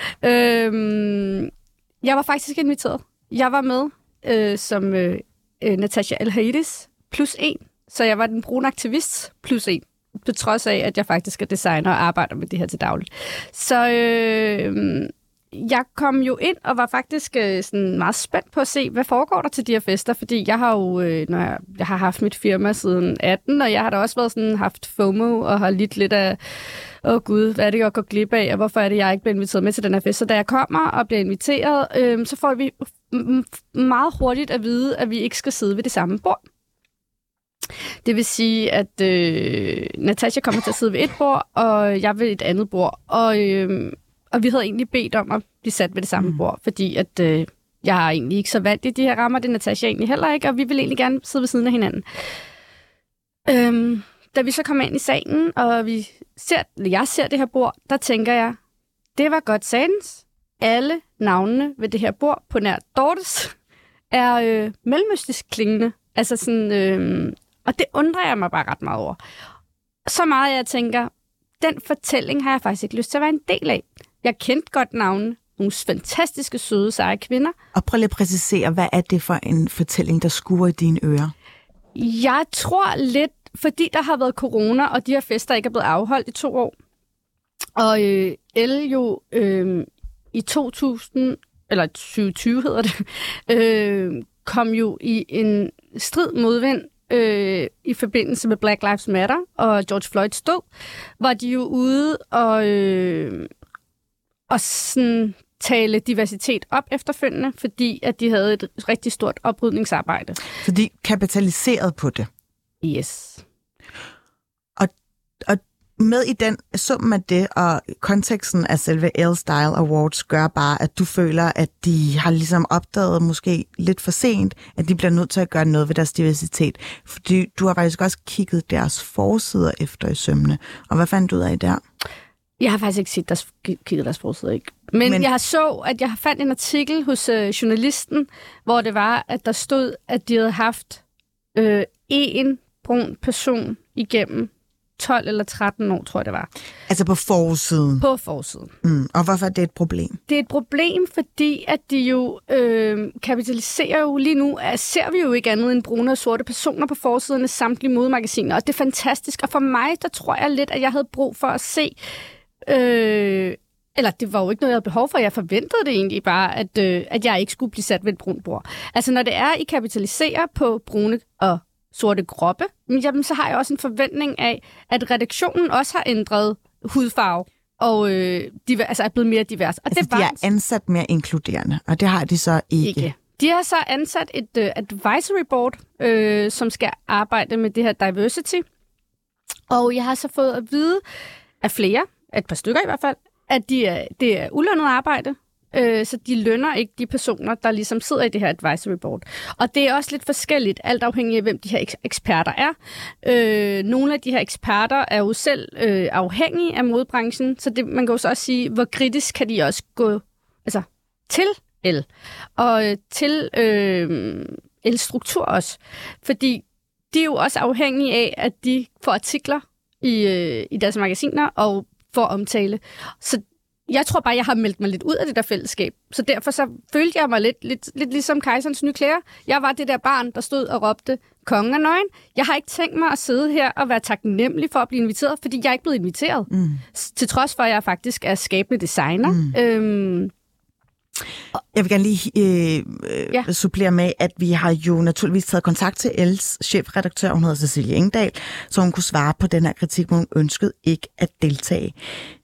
Jeg var faktisk inviteret. Jeg var med som Natasha El-Haidis +1, så jeg var den brune aktivist +1. På trods af, at jeg faktisk er designer og arbejder med det her til dagligt. Så jeg kom jo ind og var faktisk sådan meget spændt på at se, hvad foregår der til de her fester, fordi jeg har jo jeg har haft mit firma siden 18, og jeg har da også været sådan, haft FOMO og har lidt af, gud, hvad er det, jeg går glip af, og hvorfor er det, jeg ikke bliver inviteret med til den her fest. Så da jeg kommer og bliver inviteret, så får vi meget hurtigt at vide, at vi ikke skal sidde ved det samme bord. Det vil sige, at Natasha kommer til at sidde ved et bord, og jeg ved et andet bord. Og vi havde egentlig bedt om at blive sat ved det samme bord, fordi at jeg er egentlig ikke så vant i de her rammer, det er Natasha egentlig heller ikke, og vi vil egentlig gerne sidde ved siden af hinanden. Da vi så kommer ind i salen, og jeg ser det her bord, der tænker jeg, det var godt satans. Alle navnene ved det her bord, på nær Dortes, er mellemøstisk klingende. Altså sådan, og det undrer jeg mig bare ret meget over. Så meget, jeg tænker, den fortælling har jeg faktisk ikke lyst til at være en del af. Jeg kendte godt navnene. Nogle fantastiske, søde, seje kvinder. Og prøv lige at præcisere, hvad er det for en fortælling, der skuer i dine ører? Jeg tror lidt, fordi der har været corona, og de her fester ikke er blevet afholdt i 2 år. Og Elle jo i 2020 hedder det, kom jo i en strid modvind i forbindelse med Black Lives Matter og George Floyds død, var de jo ude og sådan tale diversitet op efterfølgende, fordi at de havde et rigtig stort oprydningsarbejde. Så de kapitaliserede på det? Yes. Og med i den summen af det, og konteksten af selve Elle Style Awards, gør bare, at du føler, at de har ligesom opdaget måske lidt for sent, at de bliver nødt til at gøre noget ved deres diversitet. Fordi du har faktisk også kigget deres forsider efter i sømmene. Og hvad fandt du ud af der? Jeg har faktisk ikke kigget deres forsider, ikke. Men jeg fandt en artikel hos journalisten, hvor det var, at der stod, at de havde haft en brun person igennem 12 eller 13 år, tror jeg det var. Altså på forsiden? På forsiden. Og hvorfor er det et problem? Det er et problem, fordi at de jo kapitaliserer jo lige nu. Ser vi jo ikke andet end brune og sorte personer på forsiden af samtlige modemagasiner, og det er fantastisk. Og for mig, der tror jeg lidt, at jeg havde brug for at se... Eller det var jo ikke noget, jeg havde behov for. Jeg forventede det egentlig bare, at jeg ikke skulle blive sat ved et brunt bord. Altså når det er, I kapitaliserer på brune og sorte kroppe, jamen, så har jeg også en forventning af, at redaktionen også har ændret hudfarve og er blevet mere divers. Og altså, de er ansat mere inkluderende, og det har de så ikke. De har så ansat et advisory board, som skal arbejde med det her diversity. Og jeg har så fået at vide af flere, et par stykker i hvert fald, at det er ulønnet arbejde, så de lønner ikke de personer, der ligesom sidder i det her advisory board. Og det er også lidt forskelligt, alt afhængig af, hvem de her eksperter er. Nogle af de her eksperter er jo selv afhængige af modebranchen, så man kan jo så også sige, hvor kritisk kan de også gå til el, og til elstruktur også. Fordi de er jo også afhængige af, at de får artikler i deres magasiner og får omtale. Så jeg tror bare, jeg har meldt mig lidt ud af det der fællesskab. Så derfor så følte jeg mig lidt ligesom kejserens nye klæder. Jeg var det der barn, der stod og råbte, kongen er nøgen. Jeg har ikke tænkt mig at sidde her og være taknemmelig for at blive inviteret, fordi jeg er ikke blevet inviteret. Til trods for, at jeg faktisk er skabende designer. Jeg vil gerne lige supplere med, at vi har jo naturligvis taget kontakt til Els chefredaktør, hun hedder Cecilie Engdahl, så hun kunne svare på den her kritik, hvor hun ønskede ikke at deltage.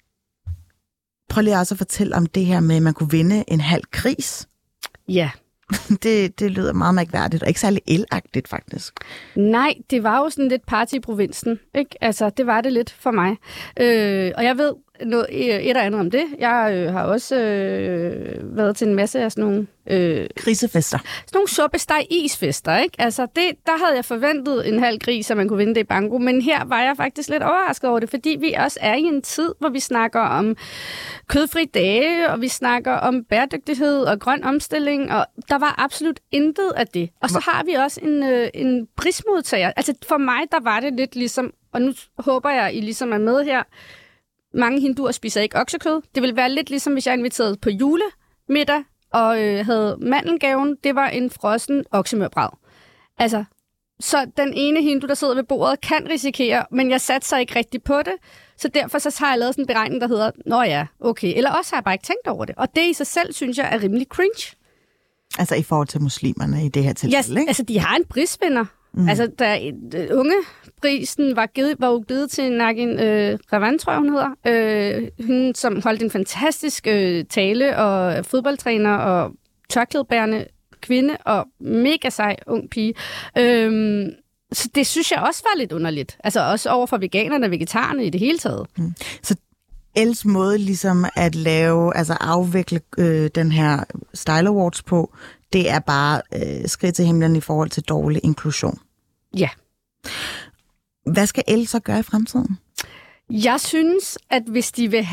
Prøv lige også at fortælle om det her med, at man kunne vinde en halv gris. Ja. Det lyder meget mærkværdigt, og ikke særlig elagtigt, faktisk. Nej, det var jo sådan lidt party i provinsen, ikke? Altså, det var det lidt for mig. Og jeg ved et og andet om det. Jeg har også været til en masse af sådan nogle... Grisefester. Sådan nogle suppesteg-isfester, ikke? Altså, der havde jeg forventet en halv gris, så man kunne vinde det i banko, men her var jeg faktisk lidt overrasket over det, fordi vi også er i en tid, hvor vi snakker om kødfri dage, og vi snakker om bæredygtighed og grøn omstilling, og der var absolut intet af det. Og så har vi også en prismodtager. Altså, for mig, der var det lidt ligesom, og nu håber jeg, I ligesom er med her, mange hinduer spiser ikke oksekød. Det ville være lidt ligesom, hvis jeg inviterede på julemiddag, og havde mandelgaven, det var en frossen oksemørbrad. Altså, så den ene hindu, der sidder ved bordet, kan risikere, men jeg satte sig ikke rigtigt på det, så derfor så har jeg lavet sådan en beregning, der hedder, nå ja, okay, eller også har jeg bare ikke tænkt over det. Og det i sig selv, synes jeg, er rimelig cringe. Altså i forhold til muslimerne i det her tilfælde, ikke? Altså de har en prisvinder. Altså, da ungeprisen var jo givet til Nagin Ravan, tror jeg, hun hedder. Hun, som holdt en fantastisk tale, og fodboldtræner, og tørklædebærende kvinde, og mega sej ung pige. Så det synes jeg også var lidt underligt. Altså også over for veganerne og vegetarerne i det hele taget. Så Els måde ligesom at afvikle den her Style Awards på, det er bare skridt til himlen i forhold til dårlig inklusion. Ja. Hvad skal El så gøre i fremtiden? Jeg synes, at hvis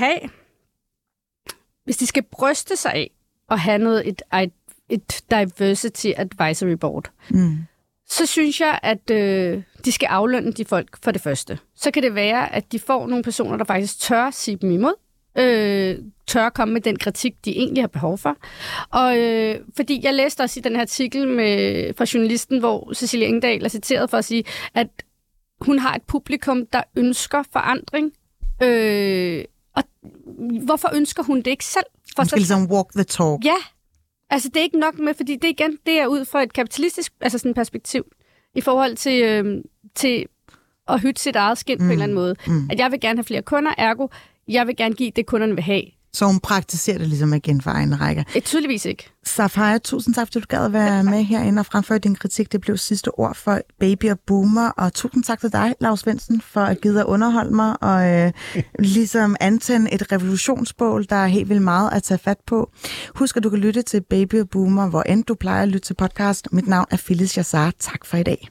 de skal bryste sig af at have et diversity advisory board, så synes jeg, at de skal aflønne de folk for det første. Så kan det være, at de får nogle personer, der faktisk tør sige dem imod, tør komme med den kritik, de egentlig har behov for. Og fordi jeg læste også i den her artikel fra journalisten, hvor Cecilie Engdahl er citeret for at sige, at hun har et publikum, der ønsker forandring. Og hvorfor ønsker hun det ikke selv? Hun skal ligesom walk the talk. Ja, altså det er ikke nok med, fordi det er ud fra et kapitalistisk sådan perspektiv i forhold til at hytte sit eget skind på en eller anden måde. At jeg vil gerne have flere kunder, ergo jeg vil gerne give det, kunderne vil have. Så hun praktiserer det ligesom igen for egne rækker? Tydeligvis ikke. Safaya, tusind tak, fordi du gad at være med herinde og fremføre din kritik. Det blev sidste ord for Baby og Boomer. Og tusind tak til dig, Laura Svendsen, for at give at underholde mig og ligesom antænde et revolutionsbål, der er helt vildt meget at tage fat på. Husk, at du kan lytte til Baby og Boomer, hvor end du plejer at lytte til podcast. Mit navn er Phyllis Jassar. Tak for i dag.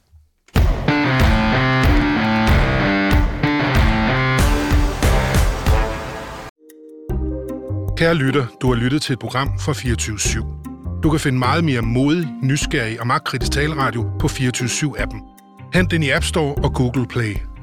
Kære lytter, du har lyttet til et program fra 24/7. Du kan finde meget mere modig, nysgerrig og magtkritisk taleradio på 24/7-appen. Hent den i App Store og Google Play.